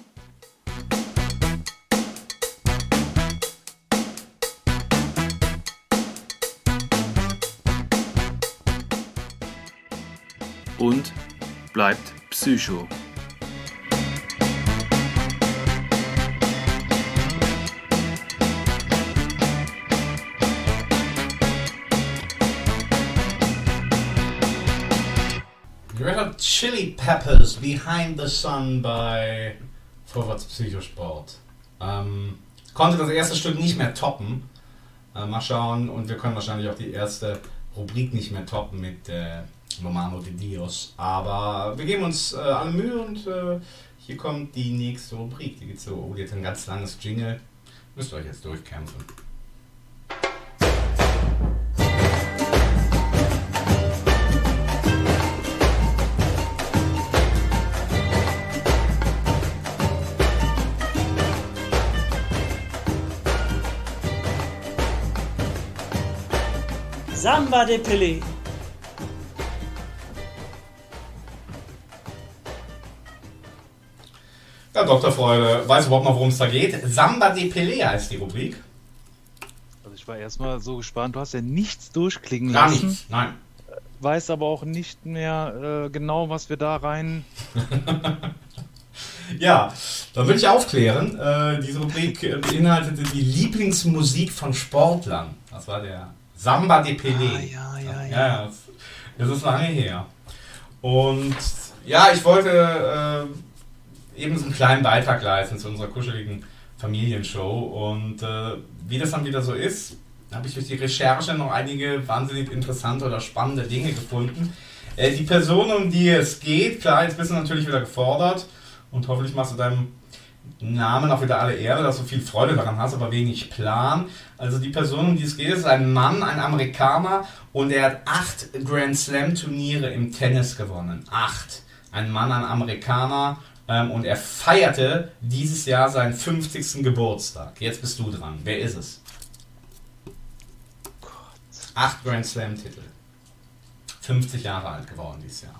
Und bleibt Psycho. Red Hot Chili Peppers, Behind the Sun bei Vorwärts Psychosport. Ähm, konnte das erste Stück nicht mehr toppen. Äh, mal schauen, und wir können wahrscheinlich auch die erste Rubrik nicht mehr toppen mit äh, No mano de Dios. Aber wir geben uns äh, alle Mühe und äh, hier kommt die nächste Rubrik. Die geht so, oh, die hat ein ganz langes Jingle. Müsst ihr euch jetzt durchkämpfen. Samba de Pelé. Ja, Doktor Freude, weiß überhaupt noch, worum es da geht. Samba de Pelé heißt die Rubrik. Also ich war erstmal so gespannt, du hast ja nichts durchklingen Gar lassen. nichts, nein. Weiß aber auch nicht mehr äh, genau, was wir da rein... Ja, dann will ich aufklären. Äh, diese Rubrik beinhaltete die Lieblingsmusik von Sportlern. Das war der Samba de Pelé. Ah, ja, ja, ja. ja, ja das, das ist lange her. Und ja, ich wollte äh, eben so einen kleinen Beitrag leisten zu unserer kuscheligen Familienshow. Und äh, wie das dann wieder so ist, habe ich durch die Recherche noch einige wahnsinnig interessante oder spannende Dinge gefunden. Äh, die Person, um die es geht, klar, jetzt bist du natürlich wieder gefordert. Und hoffentlich machst du deinem Namen auch wieder alle Ehre, dass du viel Freude daran hast, aber wenig Plan. Also die Person, um die es geht, ist ein Mann, ein Amerikaner und er hat acht Grand Slam Turniere im Tennis gewonnen. Acht. Ein Mann, ein Amerikaner ähm, und er feierte dieses Jahr seinen fünfzigsten Geburtstag. Jetzt bist du dran. Wer ist es? Gott. Acht Grand Slam Titel. fünfzig Jahre alt geworden dieses Jahr.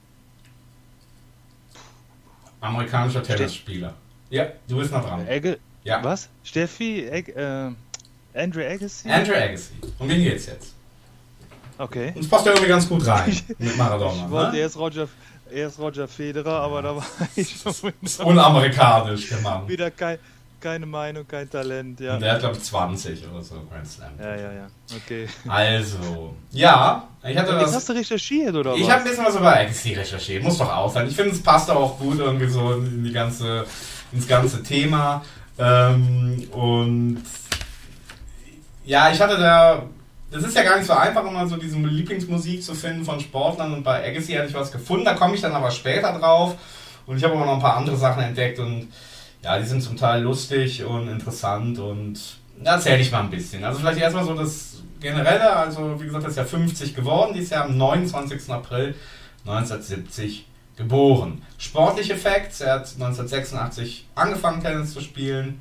Amerikanischer Tennisspieler. Ja, du bist noch dran. Egge, ja. Was? Steffi? Egg, äh, Andre Agassi? Andre Agassi. Um wen geht's jetzt? Okay. Und es passt ja irgendwie ganz gut rein mit Maradona. Ich wollte ne? erst Roger, erst Roger Federer, aber da war ich schon unamerikanisch, der Mann. Wieder kein, keine Meinung, kein Talent. Ja. Und der hat, glaube ich, zwanzig oder so Grand Slam. Ja, ja, ja. Okay. Also, ja, ich hatte Jetzt das... hast du recherchiert, oder ich was? Ich habe ein bisschen was über Agassi recherchiert. Muss doch auch sein. Ich finde, es passt auch gut irgendwie so in die ganze, ins ganze Thema. Ähm, und ja, ich hatte da... Das ist ja gar nicht so einfach, immer so diese Lieblingsmusik zu finden von Sportlern. Und bei Agassi hatte ich was gefunden. Da komme ich dann aber später drauf. Und ich habe aber noch ein paar andere Sachen entdeckt. Und ja, die sind zum Teil lustig und interessant. Und da erzähle ich mal ein bisschen. Also vielleicht erstmal so das Generelle. Also wie gesagt, das ist ja fünfzig geworden. Dieses Jahr am neunundzwanzigsten April neunzehnhundertsiebzig geboren. Sportliche Facts. Er hat neunzehnhundertsechsundachtzig angefangen, Tennis zu spielen.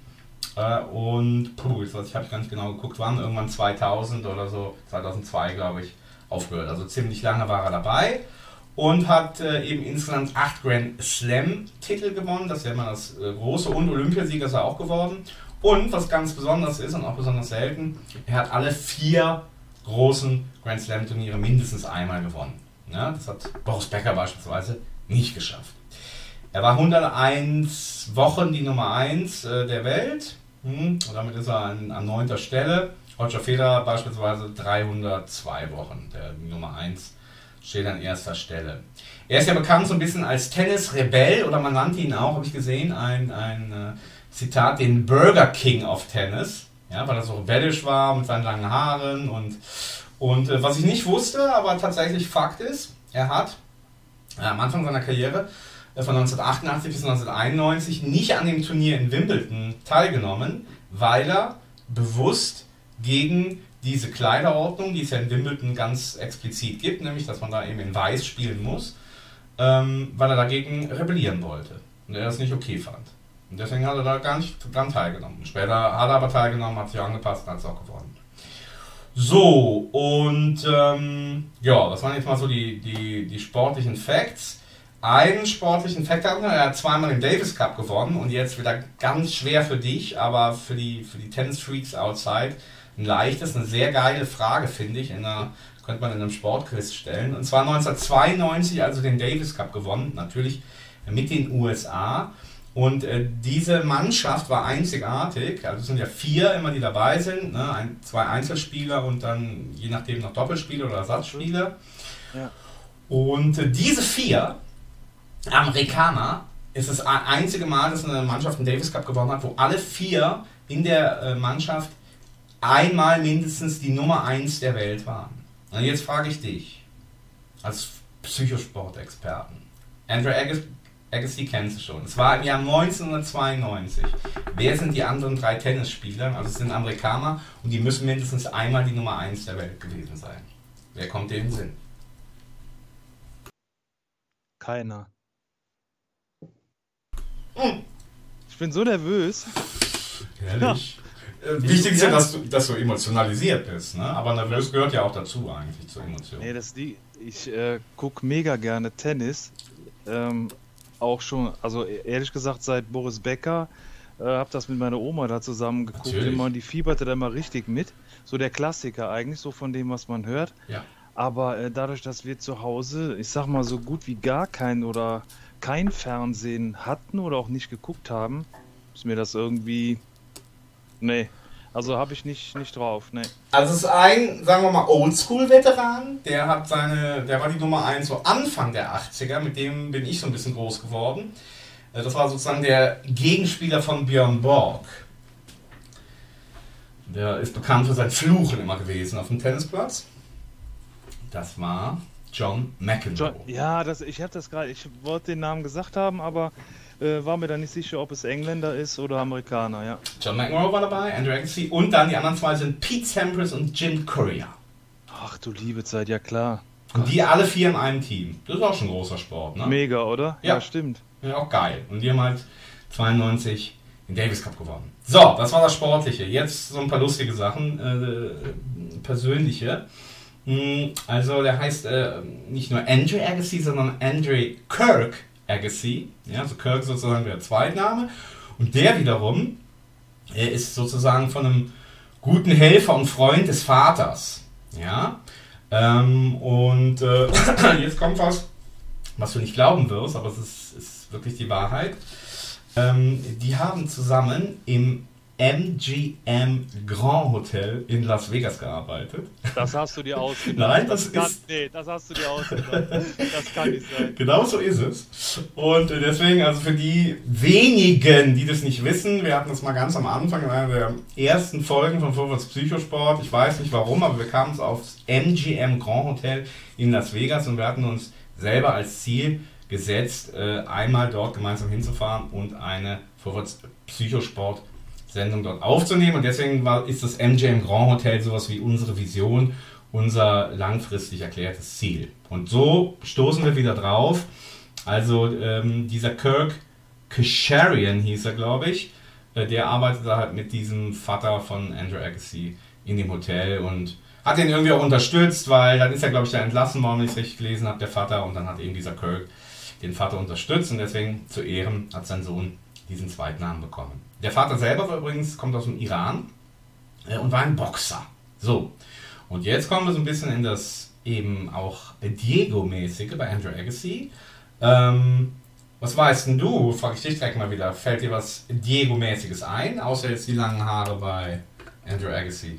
Und puh, ich habe ganz genau geguckt, wann, irgendwann zweitausend oder so, zweitausendzwei glaube ich, aufgehört. Also ziemlich lange war er dabei und hat äh, eben insgesamt acht Grand Slam Titel gewonnen. Das ist ja immer das äh, große, und Olympiasieger ist er auch geworden. Und was ganz besonders ist und auch besonders selten, er hat alle vier großen Grand Slam Turniere mindestens einmal gewonnen. Ja, das hat Boris Becker beispielsweise nicht geschafft. Er war hunderteins Wochen die Nummer eins äh, der Welt. Hm, und damit ist er an, an neunter Stelle. Roger Federer beispielsweise dreihundertzwei Wochen. Der Nummer eins steht an erster Stelle. Er ist ja bekannt so ein bisschen als Tennis-Rebell, oder man nannte ihn auch, habe ich gesehen, ein, ein äh, Zitat, den Burger King of Tennis. Ja, weil er so rebellisch war mit seinen langen Haaren. Und, und äh, was ich nicht wusste, aber tatsächlich Fakt ist, er hat äh, am Anfang seiner Karriere von neunzehnhundertachtundachtzig bis neunzehnhunderteinundneunzig nicht an dem Turnier in Wimbledon teilgenommen, weil er bewusst gegen diese Kleiderordnung, die es ja in Wimbledon ganz explizit gibt, nämlich dass man da eben in Weiß spielen muss, ähm, weil er dagegen rebellieren wollte und er das nicht okay fand. Und deswegen hat er da gar nicht dran teilgenommen. Später hat er aber teilgenommen, hat sich angepasst und hat es auch gewonnen. So, und ähm, ja, das waren jetzt mal so die, die, die sportlichen Facts. Einen sportlichen Fakt hat er, er hat zweimal den Davis Cup gewonnen und jetzt wieder ganz schwer für dich, aber für die, für die Tennis-Freaks outside ein leichtes, eine sehr geile Frage, finde ich, in einer, könnte man in einem Sportquiz stellen. Und zwar neunzehnhundertzweiundneunzig also den Davis Cup gewonnen, natürlich mit den U S A. Und äh, diese Mannschaft war einzigartig, also es sind ja vier immer, die dabei sind, ne? Ein, zwei Einzelspieler und dann je nachdem noch Doppelspieler oder Ersatzspieler. Ja. Und äh, diese vier Amerikaner ist das einzige Mal, dass eine Mannschaft einen Davis Cup gewonnen hat, wo alle vier in der äh, Mannschaft einmal mindestens die Nummer eins der Welt waren. Und jetzt frage ich dich, als Psychosport-Experten. Andre Agassi, Agassi kennst du schon. Es war im Jahr neunzehnhundertzweiundneunzig. Wer sind die anderen drei Tennisspieler? Also es sind Amerikaner und die müssen mindestens einmal die Nummer eins der Welt gewesen sein. Wer kommt dir in den Sinn? Keiner. Hm. Ich bin so nervös. Ehrlich? Ja. Wichtig ist ja, dass du, dass du emotionalisiert bist, ne? Aber nervös gehört ja auch dazu eigentlich zur Emotion. Nee, das die, ich äh, gucke mega gerne Tennis. Ähm, auch schon, also ehrlich gesagt seit Boris Becker, äh, hab das mit meiner Oma da zusammen geguckt. Immer, die fieberte da mal richtig mit. So der Klassiker eigentlich, so von dem, was man hört. Ja. Aber äh, dadurch, dass wir zu Hause, ich sag mal, so gut wie gar kein oder kein Fernsehen hatten oder auch nicht geguckt haben, ist mir das irgendwie... Nee, also habe ich nicht, nicht drauf, nee. Also es ist ein, sagen wir mal, Oldschool-Veteran, der hat seine, der war die Nummer eins so Anfang der achtziger, mit dem bin ich so ein bisschen groß geworden. Das war sozusagen der Gegenspieler von Björn Borg. Der ist bekannt für sein Fluchen immer gewesen auf dem Tennisplatz. Das war John McEnroe. John, ja, das, ich habe das gerade, ich wollte den Namen gesagt haben, aber äh, war mir da nicht sicher, ob es Engländer ist oder Amerikaner, ja. John McEnroe war dabei, Andre Agassi und dann die anderen zwei sind Pete Sampras und Jim Courier. Ach du liebe Zeit, ja klar. Und die alle vier in einem Team. Das ist auch schon ein großer Sport, ne? Mega, oder? Ja, ja stimmt. Ja, auch geil. Und die haben halt zweiundneunzig den Davis Cup gewonnen. So, das war das Sportliche. Jetzt so ein paar lustige Sachen, äh, persönliche. Also der heißt äh, nicht nur Andre Agassi, sondern Andre Kirk Agassi. Ja, also Kirk sozusagen der Zweitname. Und der wiederum äh, ist sozusagen von einem guten Helfer und Freund des Vaters. Ja. Ähm, und äh, jetzt kommt was, was du nicht glauben wirst, aber es ist, ist wirklich die Wahrheit. Ähm, die haben zusammen im M G M Grand Hotel in Las Vegas gearbeitet. Das hast du dir ausgedacht. Nein, das, das kann, ist... Nee, das hast du dir ausgedacht. Das kann nicht sein. Genau so ist es. Und deswegen, also für die wenigen, die das nicht wissen, wir hatten das mal ganz am Anfang in einer der ersten Folgen von Vorwärts Psychosport. Ich weiß nicht warum, aber wir kamen aufs M G M Grand Hotel in Las Vegas und wir hatten uns selber als Ziel gesetzt, einmal dort gemeinsam hinzufahren und eine Vorwärts Psychosport Sendung dort aufzunehmen und deswegen war, ist das M G M Grand Hotel sowas wie unsere Vision, unser langfristig erklärtes Ziel. Und so stoßen wir wieder drauf. Also ähm, dieser Kirk Kesharian hieß er, glaube ich, äh, der arbeitete halt mit diesem Vater von Andre Agassi in dem Hotel und hat ihn irgendwie auch unterstützt, weil dann ist er, glaube ich, da entlassen worden, wenn ich es richtig gelesen habe, der Vater, und dann hat eben dieser Kirk den Vater unterstützt und deswegen zu Ehren hat sein Sohn diesen Zweitnamen bekommen. Der Vater selber war übrigens, kommt aus dem Iran äh, und war ein Boxer. So, und jetzt kommen wir so ein bisschen in das eben auch Diego-mäßige bei Andre Agassi. Ähm, was weißt denn du, frage ich dich direkt mal wieder, fällt dir was Diego-mäßiges ein, außer jetzt die langen Haare bei Andre Agassi?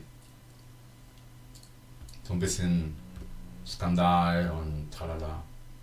So ein bisschen Skandal und tralala.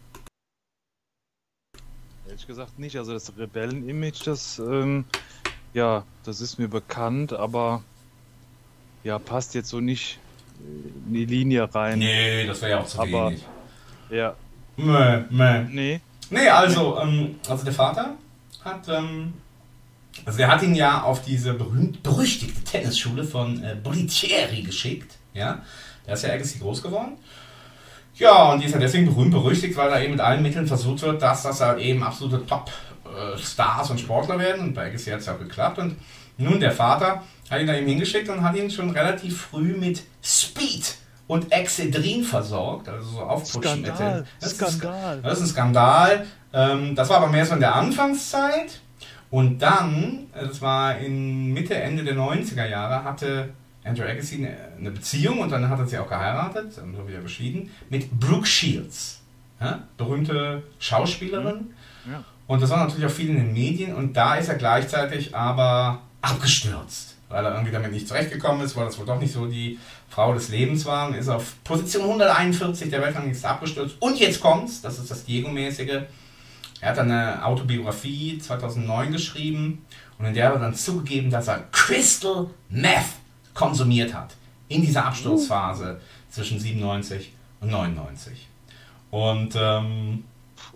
Ehrlich gesagt nicht. Also das Rebellen-Image, das, ähm, ja, das ist mir bekannt, aber ja, passt jetzt so nicht in die Linie rein. Nee, das wäre ja auch zu aber, wenig. Ja. Meh, meh. Nee. Nee, also, ähm, also der Vater hat, ähm, also der hat ihn ja auf diese berühmt-berüchtigte Tennisschule von äh, Bolitieri geschickt, ja. Der ist ja Agassi groß geworden. Ja, und die ist ja deswegen berühmt-berüchtigt, weil da eben mit allen Mitteln versucht wird, dass das halt eben absolute Top-Stars und Sportler werden. Und bei Agassi hat es ja auch geklappt. Und nun, der Vater hat ihn da eben hingeschickt und hat ihn schon relativ früh mit Speed und Excedrin versorgt. Also so Aufputschen. Skandal. Das ist, Skandal. Das ist ein Skandal. Das war aber mehr so in der Anfangszeit. Und dann, das war in Mitte, Ende der neunziger Jahre, hatte Andre Agassi eine Beziehung und dann hat er sie auch geheiratet, dann so wieder geschieden, mit Brooke Shields, ja? Berühmte Schauspielerin. Ja. Und das war natürlich auch viel in den Medien und da ist er gleichzeitig aber abgestürzt, weil er irgendwie damit nicht zurechtgekommen ist, weil das wohl doch nicht so die Frau des Lebens war und ist auf Position hunderteinundvierzig der Weltrangliste abgestürzt. Und jetzt kommt's, das ist das Diego-mäßige. Er hat eine Autobiografie zweitausendneun geschrieben und in der hat er dann zugegeben, dass er Crystal Meth konsumiert hat in dieser Absturzphase uh. zwischen siebenundneunzig und neunundneunzig. Und, ähm,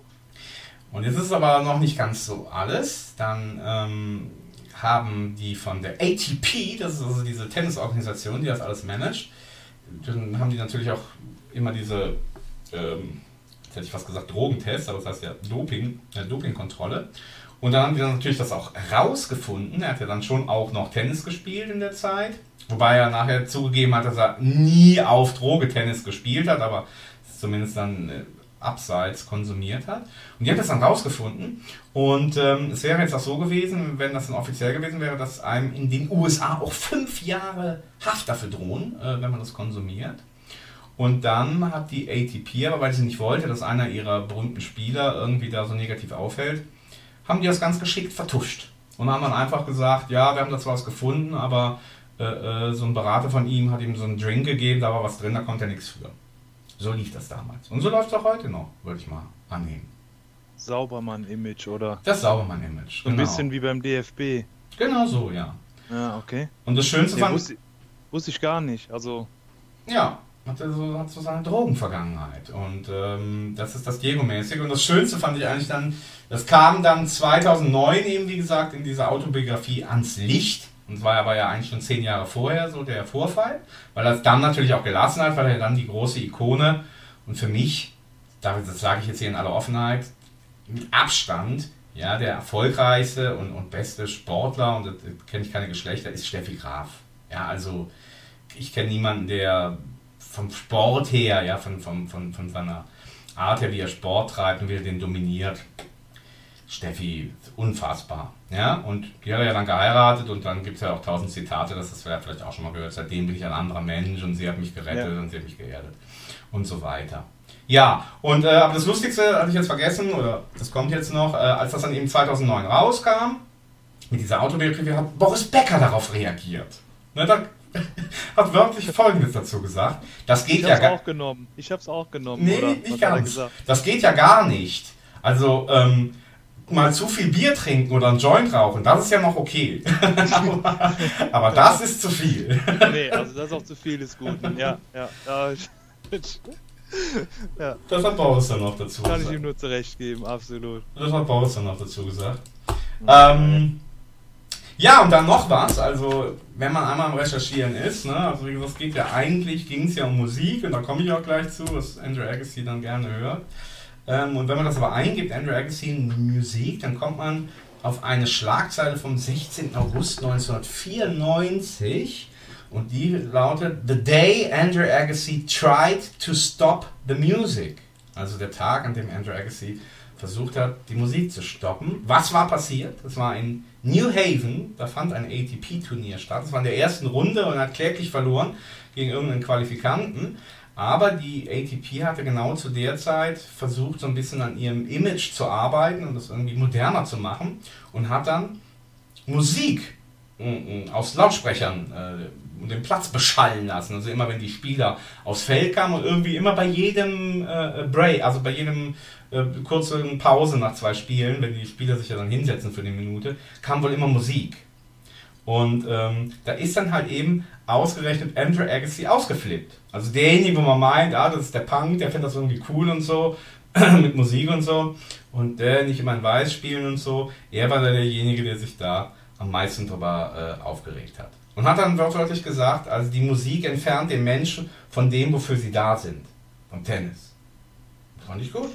und jetzt ist es aber noch nicht ganz so alles. Dann ähm, haben die von der A T P, das ist also diese Tennisorganisation, die das alles managt, dann haben die natürlich auch immer diese, ähm, jetzt hätte ich fast gesagt Drogentests, aber das heißt ja Doping, äh, Dopingkontrolle. Und dann haben die dann natürlich das auch rausgefunden. Er hat ja dann schon auch noch Tennis gespielt in der Zeit. Wobei er nachher zugegeben hat, dass er nie auf Droge Tennis gespielt hat, aber zumindest dann äh, abseits konsumiert hat. Und die haben das dann rausgefunden. Und ähm, es wäre jetzt auch so gewesen, wenn das dann offiziell gewesen wäre, dass einem in den U S A auch fünf Jahre Haft dafür drohen, äh, wenn man das konsumiert. Und dann hat die A T P, aber weil sie nicht wollte, dass einer ihrer berühmten Spieler irgendwie da so negativ auffällt, haben die das ganz geschickt vertuscht. Und haben dann einfach gesagt, ja, wir haben da zwar was gefunden, aber äh, äh, so ein Berater von ihm hat ihm so einen Drink gegeben, da war was drin, da konnte er nichts für. So lief das damals. Und so läuft es auch heute noch, würde ich mal annehmen. Saubermann-Image, oder? Das Saubermann-Image, genau. Ein bisschen wie beim D F B. Genau so, ja. Ja, okay. Und das Schönste ja, fand... Wusste, wusste ich gar nicht, also... Ja, hat so, hat so seine Drogenvergangenheit. Und ähm, das ist das Diego-mäßig. Und das Schönste fand ich eigentlich dann, das kam dann zweitausendneun eben, wie gesagt, in dieser Autobiografie ans Licht. Und das war aber ja eigentlich schon zehn Jahre vorher so der Vorfall, weil er es dann natürlich auch gelassen hat, weil er dann die große Ikone und für mich, das sage ich jetzt hier in aller Offenheit, mit Abstand, ja, der erfolgreichste und, und beste Sportler, und da kenne ich keine Geschlechter, ist Steffi Graf. Ja, also ich kenne niemanden, der vom Sport her, ja, von, von, von, von seiner Art her, wie er Sport treibt und wie er den dominiert. Steffi, unfassbar. Ja, und die hat er ja dann geheiratet und dann gibt es ja auch tausend Zitate, das hast du ja vielleicht auch schon mal gehört. Seitdem bin ich ein anderer Mensch und sie hat mich gerettet ja. und sie hat mich geerdet und so weiter. Ja, und äh, aber das Lustigste hatte ich jetzt vergessen, oder das kommt jetzt noch, äh, als das dann eben zweitausendneun rauskam, mit dieser Autobiografie, hat Boris Becker darauf reagiert. Ne, da hat wörtlich Folgendes dazu gesagt. Das geht ich ja hab's gar auch genommen. Ich hab's auch genommen. Nee, oder? nicht ganz. Das geht ja gar nicht. Also, ähm, mal zu viel Bier trinken oder einen Joint rauchen, das ist ja noch okay. aber, aber das ist zu viel. Nee, also das ist auch zu viel ist gut. Ja, ja. ja. ja. Das hat Boris dann noch dazu Kann gesagt. Kann ich ihm nur zurechtgeben, absolut. Das hat Boris dann noch dazu gesagt. Ähm, ja, und dann noch was, also wenn man einmal am Recherchieren ist, ne, also wie gesagt, es geht ja eigentlich, ging es ja um Musik, und da komme ich auch gleich zu, was Andrew Agassi dann gerne hört. Ähm, und wenn man das aber eingibt, Andrew Agassi Musik, dann kommt man auf eine Schlagzeile vom sechzehnten August neunzehnhundertvierundneunzig, und die lautet The Day Andrew Agassi Tried to Stop the Music. Also der Tag, an dem Andrew Agassi versucht hat, die Musik zu stoppen. Was war passiert? Das war in New Haven, da fand ein A T P-Turnier statt. Das war in der ersten Runde und hat kläglich verloren gegen irgendeinen Qualifikanten. Aber die A T P hatte genau zu der Zeit versucht, so ein bisschen an ihrem Image zu arbeiten und das irgendwie moderner zu machen und hat dann Musik äh, aus Lautsprechern äh, den Platz beschallen lassen. Also immer, wenn die Spieler aufs Feld kamen und irgendwie immer bei jedem äh, Break, also bei jedem äh, kurzen Pause nach zwei Spielen, wenn die Spieler sich ja dann hinsetzen für eine Minute, kam wohl immer Musik. Und ähm, da ist dann halt eben ausgerechnet Andrew Agassi ausgeflippt. Also derjenige, wo man meint, ah, das ist der Punk, der findet das irgendwie cool und so, mit Musik und so. Und der nicht immer in Weiß spielen und so. Er war derjenige, der sich da am meisten drüber äh, aufgeregt hat. Und hat dann wörtlich gesagt, also die Musik entfernt den Menschen von dem, wofür sie da sind. Vom Tennis. Das fand ich gut.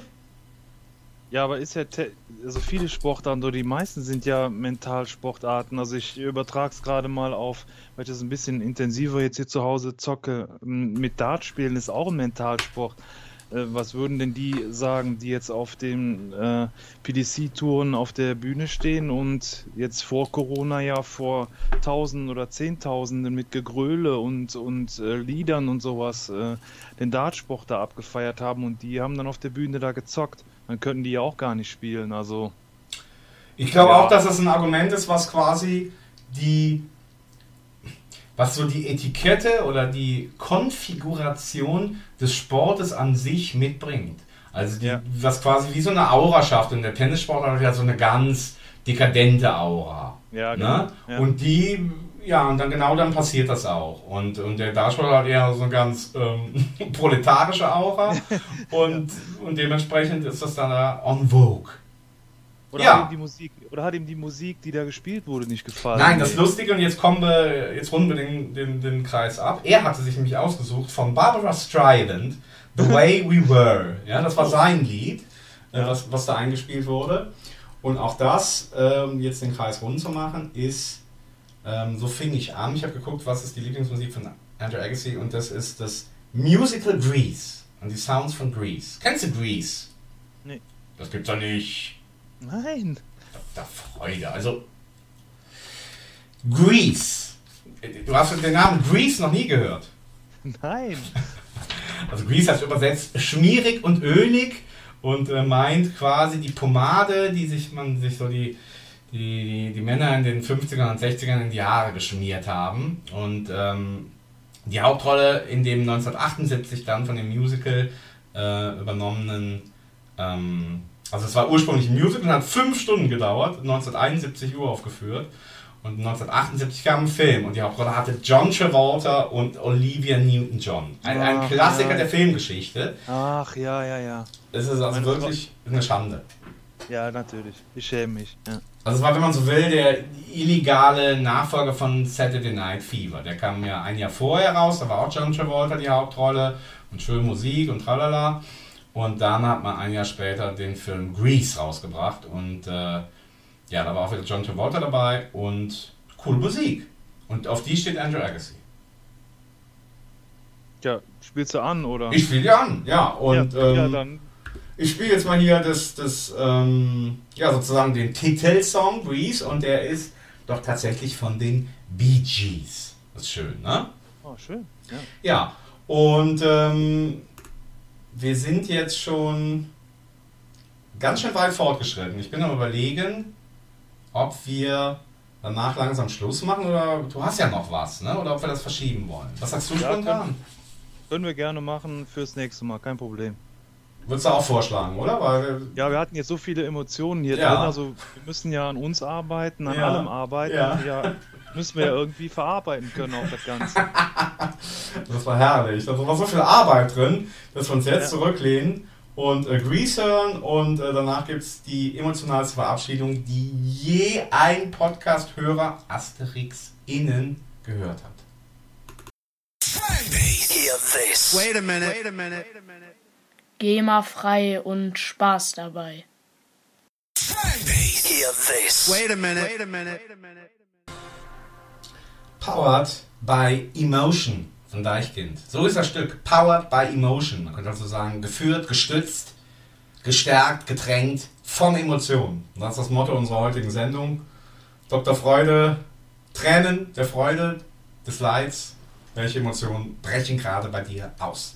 Ja, aber ist ja, also viele Sportarten, oder die meisten sind ja Mentalsportarten. Also ich übertrage es gerade mal auf, weil ich das ein bisschen intensiver jetzt hier zu Hause zocke. Mit Dart spielen ist auch ein Mentalsport. Was würden denn die sagen, die jetzt auf den äh, P D C-Touren auf der Bühne stehen und jetzt vor Corona ja vor Tausenden oder Zehntausenden mit Gegröle und, und äh, Liedern und sowas äh, den Dartsport da abgefeiert haben, und die haben dann auf der Bühne da gezockt. Dann könnten die ja auch gar nicht spielen, also... Ich glaube ja. auch, dass das ein Argument ist, was quasi die... was so die Etikette oder die Konfiguration des Sportes an sich mitbringt. Also die, ja. was quasi wie so eine Aura schafft. Und der Tennissport hat ja so eine ganz dekadente Aura. Ja, ne? genau. Ja. Und die Ja, und dann genau dann passiert das auch. Und, und der Darsteller hat eher so eine ganz ähm, proletarische Aura und, ja. und dementsprechend ist das dann da en vogue. Oder, ja. hat ihm die Musik, oder hat ihm die Musik, die da gespielt wurde, nicht gefallen? Nein, das Lustige, und jetzt kommen wir, jetzt runden wir den, den, den Kreis ab. Er hatte sich nämlich ausgesucht von Barbara Streisand, The Way We Were. Ja, das war sein Lied, ja. äh, was, was da eingespielt wurde. Und auch das, ähm, jetzt den Kreis rund zu machen, ist, ähm, so fing ich an. Ich habe geguckt, was ist die Lieblingsmusik von Andrew Agassi, und das ist das Musical Grease und die Sounds von Grease. Kennst du Grease? Nee. Das gibt's doch nicht. Nein. Da Freude. Also, Grease. Du hast den Namen Grease noch nie gehört. Nein. Also Grease heißt übersetzt schmierig und ölig und äh, meint quasi die Pomade, die sich man sich so die, die, die Männer in den fünfzigern und sechzigern in die Haare geschmiert haben. Und ähm, die Hauptrolle in dem neunzehnhundertachtundsiebzig dann von dem Musical äh, übernommenen ähm, Also es war ursprünglich ein Musical und hat fünf Stunden gedauert, neunzehnhunderteinundsiebzig Uhr aufgeführt. Und neunzehnhundertachtundsiebzig kam ein Film und die Hauptrolle hatte John Travolta und Olivia Newton-John. Ein, ein Ach, Klassiker ja. der Filmgeschichte. Ach, ja, ja, ja. Es ist also Meine wirklich eine Schande. Ja, natürlich. Ich schäme mich. Ja. Also es war, wenn man so will, der illegale Nachfolger von Saturday Night Fever. Der kam ja ein Jahr vorher raus, da war auch John Travolta die Hauptrolle und schöne Musik und tralala. Und dann hat man ein Jahr später den Film Grease rausgebracht und äh, ja, da war auch wieder John Travolta dabei und coole Musik. Und auf die steht Andrew Agassi. Ja, spielst du an, oder? Ich spiele ja an, ja. Und ja, ähm, ja, dann. ich spiele jetzt mal hier das, das ähm, ja, sozusagen den Titelsong Grease und der ist doch tatsächlich von den Bee Gees. Das ist schön, ne? Oh, schön. Ja, ja. Und ähm, wir sind jetzt schon ganz schön weit fortgeschritten. Ich bin am Überlegen, ob wir danach langsam Schluss machen oder du hast ja noch was, ne? Oder ob wir das verschieben wollen. Was sagst du ja, spontan? Können, können wir gerne machen fürs nächste Mal, kein Problem. Würdest du auch vorschlagen, oder? Weil, ja, wir hatten jetzt so viele Emotionen hier ja. drin, also wir müssen ja an uns arbeiten, an ja. allem arbeiten. Ja. Ja, müssen wir ja irgendwie verarbeiten können, auch das Ganze. Das war herrlich. Da war so viel Arbeit drin, dass wir uns jetzt ja. zurücklehnen und äh, Grease hören und äh, danach gibt es die emotionalste Verabschiedung, die je ein Podcast-Hörer Asterix innen gehört hat. Hear this. Wait a minute. Wait a minute. GEMA-frei und Spaß dabei. Hear this. Wait a minute. Wait a minute. Powered by Emotion von Deichkind. So ist das Stück. Powered by Emotion. Man könnte also sagen, geführt, gestützt, gestärkt, getränkt von Emotionen. Und das ist das Motto unserer heutigen Sendung. Doktor Freude, Tränen der Freude, des Leids. Welche Emotionen brechen gerade bei dir aus?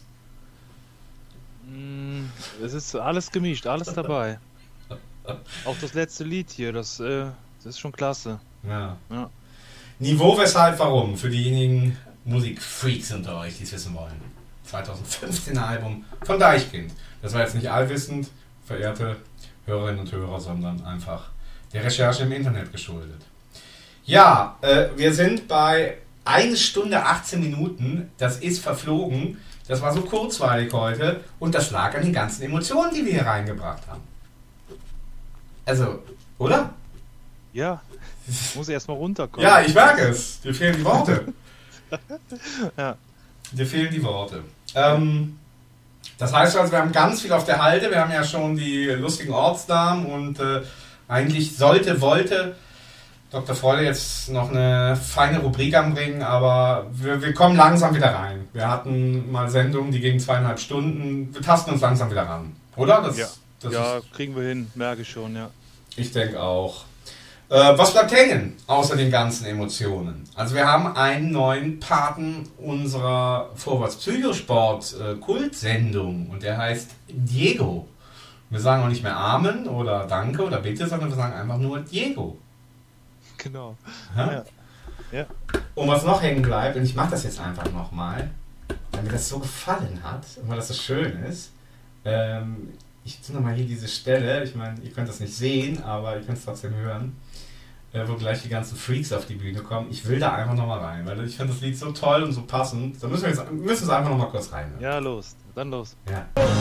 Es ist alles gemischt, alles dabei. Auch das letzte Lied hier, das, äh, das ist schon klasse. Ja. Ja. Niveau, weshalb, warum? Für diejenigen Musikfreaks unter euch, die es wissen wollen. zweitausendfünfzehn Album von Deichkind. Das war jetzt nicht allwissend, verehrte Hörerinnen und Hörer, sondern einfach der Recherche im Internet geschuldet. Ja, äh, wir sind bei eine Stunde achtzehn Minuten. Das ist verflogen. Das war so kurzweilig heute und das lag an den ganzen Emotionen, die wir hier reingebracht haben. Also, oder? Ja, ich muss erstmal runterkommen. Ja, ich merke es. Dir fehlen die Worte. Ja. Dir fehlen die Worte. Ähm, das heißt also, wir haben ganz viel auf der Halde. Wir haben ja schon die lustigen Ortsnamen und äh, eigentlich sollte, wollte Doktor Freude jetzt noch eine feine Rubrik anbringen, aber wir, wir kommen langsam wieder rein. Wir hatten mal Sendungen, die gingen zweieinhalb Stunden. Wir tasten uns langsam wieder ran, oder? Das, ja, das ja ist, kriegen wir hin, merke ich schon, ja. Ich denke auch. Äh, was bleibt hängen, außer den ganzen Emotionen? Also wir haben einen neuen Paten unserer Vorwärts-Psychosport-Kultsendung und der heißt Diego. Wir sagen auch nicht mehr Amen oder Danke oder Bitte, sondern wir sagen einfach nur Diego. Genau. Ja? Ja. Und was noch hängen bleibt, und ich mache das jetzt einfach nochmal, weil mir das so gefallen hat und weil das so schön ist. Ähm, ich tue nochmal hier diese Stelle, ich meine, ihr könnt das nicht sehen, aber ihr könnt es trotzdem hören. wo gleich die ganzen Freaks auf die Bühne kommen. Ich will da einfach nochmal rein, weil ich finde das Lied so toll und so passend. Da müssen wir jetzt müssen es einfach nochmal kurz rein. Ja, los. Dann los. Ja.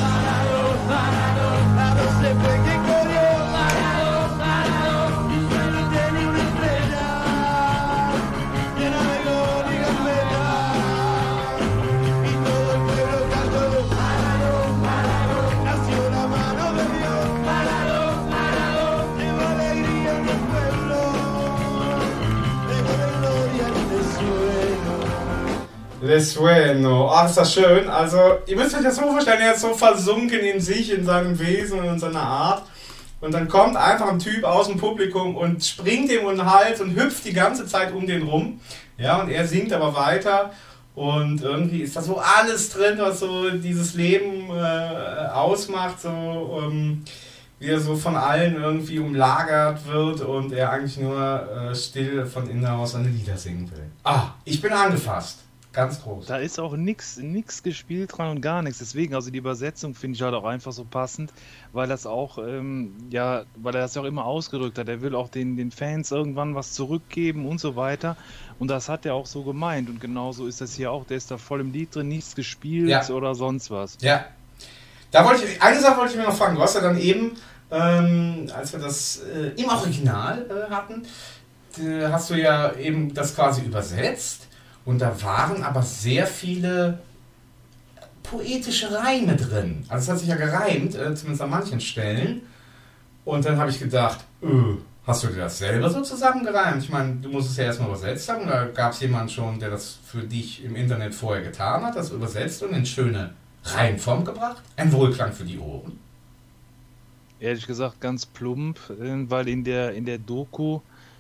Le Sueno. Ach, ist das schön. Also, ihr müsst euch das so vorstellen, er ist so versunken in sich, in seinem Wesen und in seiner Art. Und dann kommt einfach ein Typ aus dem Publikum und springt ihm um den Hals und hüpft die ganze Zeit um den rum. Ja, und er singt aber weiter. Und irgendwie ist da so alles drin, was so dieses Leben äh, ausmacht. So, ähm, wie er so von allen irgendwie umlagert wird und er eigentlich nur äh, still von innen heraus seine Lieder singen will. Ah, ich bin angefasst. Ganz groß. Da ist auch nichts nix gespielt dran und gar nichts. Deswegen, also die Übersetzung finde ich halt auch einfach so passend, weil das auch, ähm, ja, weil er das ja auch immer ausgedrückt hat. Er will auch den, den Fans irgendwann was zurückgeben und so weiter. Und das hat er auch so gemeint. Und genauso ist das hier auch. Der ist da voll im Lied drin, nichts gespielt ja. oder sonst was. Ja. Da wollte ich, eine Sache wollte ich mir noch fragen. Du hast ja dann eben, ähm, als wir das äh, im Original äh, hatten, äh, hast du ja eben das quasi übersetzt. Und da waren aber sehr viele poetische Reime drin. Also es hat sich ja gereimt, äh, zumindest an manchen Stellen. Und dann habe ich gedacht, öh, hast du dir das selber so zusammengereimt? Ich meine, du musst es ja erstmal übersetzt haben. Da gab es jemanden schon, der das für dich im Internet vorher getan hat, das übersetzt und in schöne Reimform gebracht. Ein Wohlklang für die Ohren. Ehrlich gesagt ganz plump, weil in der, in der Doku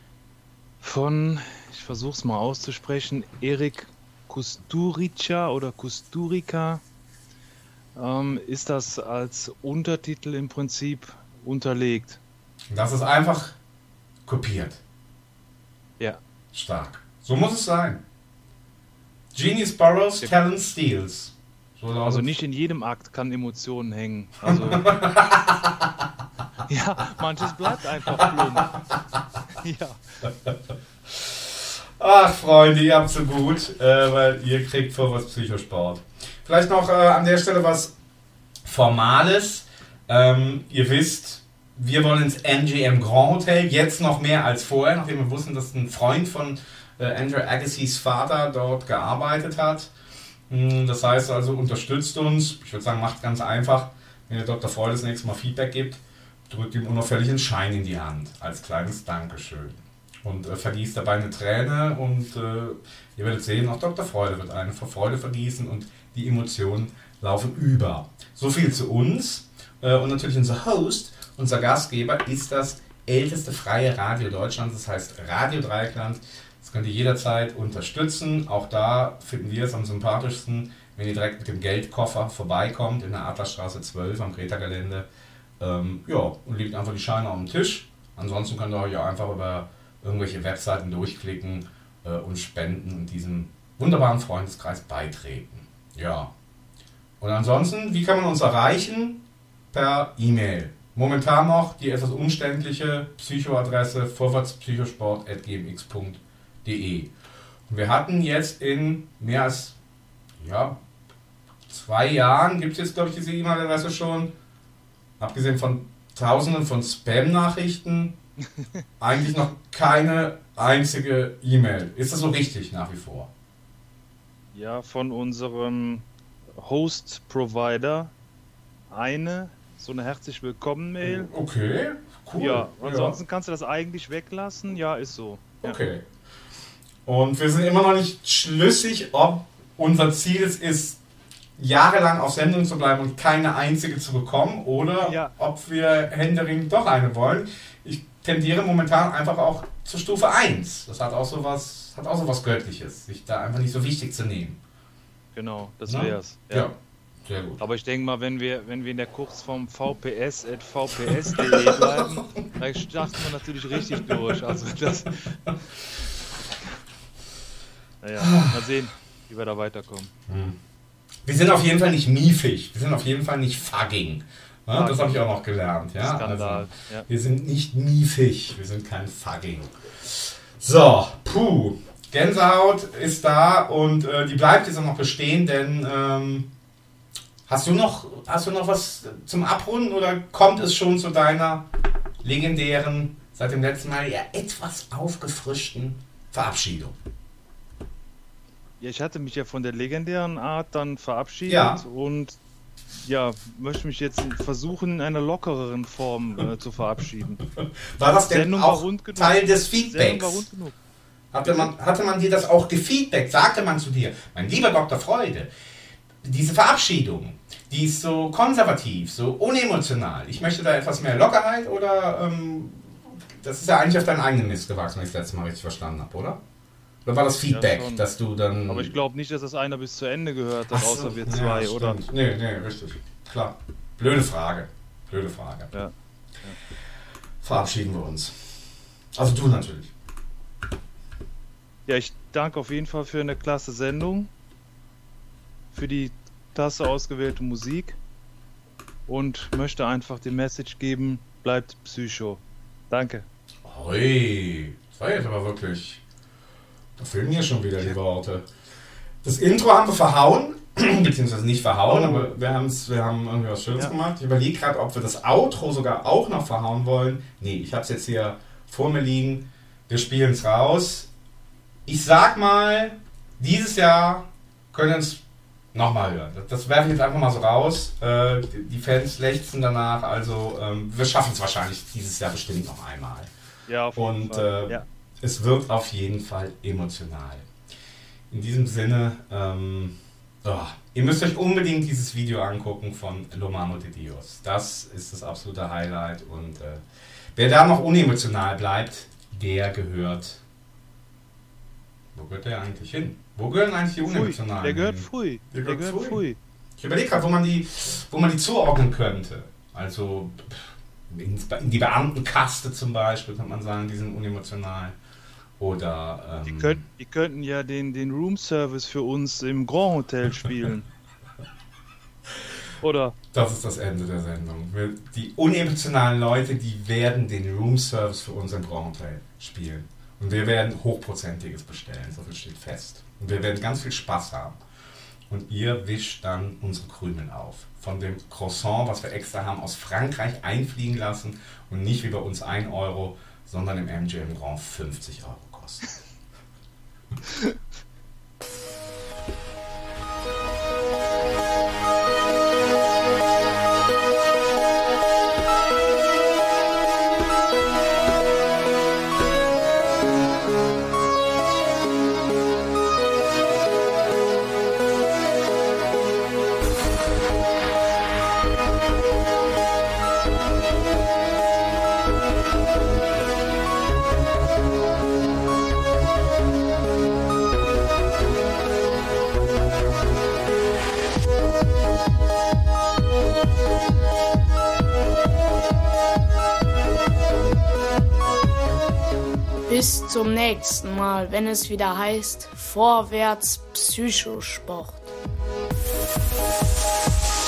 von... ich versuche es mal auszusprechen, Erik Kusturica oder Kusturica, ähm, ist das als Untertitel im Prinzip unterlegt. Das ist einfach kopiert. Ja. Stark. So muss es sein. Genius borrows, ja. Talent steals. So also nicht in jedem Akt kann Emotionen hängen. Also ja, manches bleibt einfach plump. Ja. Ach, Freunde, ihr habt so gut, äh, weil ihr kriegt Vorwärts Psychosport. Vielleicht noch äh, an der Stelle was Formales. Ähm, ihr wisst, wir wollen ins M G M Grand Hotel, jetzt noch mehr als vorher, nachdem wir wussten, dass ein Freund von äh, Andrew Agassiz Vater dort gearbeitet hat. Das heißt also, unterstützt uns. Ich würde sagen, macht ganz einfach. Wenn ihr Doktor Freude das nächste Mal Feedback gibt, drückt ihm unauffällig einen Schein in die Hand, als kleines Dankeschön. Und äh, vergießt dabei eine Träne und äh, ihr werdet sehen, auch Doktor Freude wird eine vor Freude vergießen und die Emotionen laufen über. So viel zu uns. Äh, und natürlich unser Host, unser Gastgeber, ist das älteste freie Radio Deutschlands, das heißt Radio Dreieckland. Das könnt ihr jederzeit unterstützen. Auch da finden wir es am sympathischsten, wenn ihr direkt mit dem Geldkoffer vorbeikommt in der Adlerstraße zwölf am Greta-Gelände. Ähm, ja, und legt einfach die Scheine auf den Tisch. Ansonsten könnt ihr euch auch einfach über irgendwelche Webseiten durchklicken äh, und spenden und diesem wunderbaren Freundeskreis beitreten. Ja. Und ansonsten, wie kann man uns erreichen? Per E-Mail. Momentan noch die etwas umständliche Psychoadresse vorwärtspsychosport at g m x punkt de. Und wir hatten jetzt in mehr als ja, zwei Jahren, gibt es jetzt glaube ich diese E-Mail-Adresse schon, abgesehen von tausenden von Spam-Nachrichten, eigentlich noch keine einzige E-Mail. Ist das so richtig nach wie vor? Ja, von unserem Host-Provider eine, so eine herzlich willkommen Mail. Okay, cool. Ja, ansonsten ja. kannst du das eigentlich weglassen. Ja, ist so. Ja. Okay. Und wir sind immer noch nicht schlüssig, ob unser Ziel es ist, jahrelang auf Sendung zu bleiben und keine einzige zu bekommen oder ja. ob wir händeringend doch eine wollen. Ich tendiere momentan einfach auch zur Stufe eins. Das hat auch so was, hat auch so was Göttliches, sich da einfach nicht so wichtig zu nehmen. Genau, das Na? wär's. Ja. ja, sehr gut. Aber ich denke mal, wenn wir, wenn wir in der Kurzform v p s at v p s punkt de bleiben, dann starten wir natürlich richtig durch. Also das... Naja, mal sehen, wie wir da weiterkommen. Hm. Wir sind auf jeden Fall nicht miefig, wir sind auf jeden Fall nicht fugging. Ja, das habe ich auch noch gelernt. Ja? Skandal. Also, ja. Wir sind nicht miefig, wir sind kein Fugging. So, puh. Gänsehaut ist da und äh, die bleibt jetzt auch noch bestehen, denn ähm, hast du noch hast du noch was zum Abrunden oder kommt es schon zu deiner legendären, seit dem letzten Mal ja etwas aufgefrischten Verabschiedung? Ja, ich hatte mich ja von der legendären Art dann verabschiedet ja. und ja, möchte mich jetzt versuchen, in einer lockereren Form äh, zu verabschieden. War das denn Sendung auch war Teil des Feedbacks? Sendung war rund genug. Hatte man, hatte man dir das auch gefeedbackt? Sagte man zu dir, mein lieber Doktor Freude, diese Verabschiedung, die ist so konservativ, so unemotional. Ich möchte da etwas mehr Lockerheit oder ähm, das ist ja eigentlich auf deinen eigenen Mist gewachsen, wenn ich das letzte Mal richtig verstanden habe, oder? Oder war das Feedback, ja, dass du dann... Aber ich glaube nicht, dass das einer bis zu Ende gehört hat, so, außer wir zwei, ja, oder? Nee, nee, richtig. Klar. Blöde Frage. Blöde Frage. Ja. Ja. Verabschieden wir uns. Also du natürlich. Ja, ich danke auf jeden Fall für eine klasse Sendung, für die klasse ausgewählte Musik und möchte einfach die Message geben, bleibt Psycho. Danke. Hui, das war jetzt aber wirklich... Da fehlen mir schon wieder die Worte. Das Intro haben wir verhauen, beziehungsweise nicht verhauen, oh. aber wir, haben's, wir haben irgendwie was Schönes ja. gemacht. Ich überlege gerade, ob wir das Outro sogar auch noch verhauen wollen. Nee, ich habe es jetzt hier vor mir liegen. Wir spielen es raus. Ich sag mal, dieses Jahr können wir es nochmal hören. Das, das werfe ich jetzt einfach mal so raus. Äh, die Fans lechzen danach, also ähm, wir schaffen es wahrscheinlich dieses Jahr bestimmt noch einmal. Ja, auf jeden Und Fall. Äh, ja. es wird auf jeden Fall emotional. In diesem Sinne, ähm, oh, ihr müsst euch unbedingt dieses Video angucken von Lo Mano de Dios. Das ist das absolute Highlight und äh, wer da noch unemotional bleibt, der gehört... Wo gehört der eigentlich hin? Wo gehören eigentlich die unemotionalen? Der gehört hin? Pfui. Der Der gehört gehört Pfui. Pfui. Ich überlege gerade, wo man die, wo man die zuordnen könnte. Also in die Beamtenkaste zum Beispiel, kann man sagen, die sind unemotional. Oder ähm, die, könnt, die könnten ja den, den Roomservice für uns im Grand Hotel spielen. Oder? Das ist das Ende der Sendung. Wir, die unemotionalen Leute, die werden den Roomservice für uns im Grand Hotel spielen. Und wir werden Hochprozentiges bestellen, so viel steht fest. Und wir werden ganz viel Spaß haben. Und ihr wischt dann unsere Krümel auf. Von dem Croissant, was wir extra haben, aus Frankreich einfliegen lassen. Und nicht wie bei uns ein Euro, sondern im M G M Grand fünfzig Euro kostet. Bis zum nächsten Mal, wenn es wieder heißt Vorwärts Psychosport.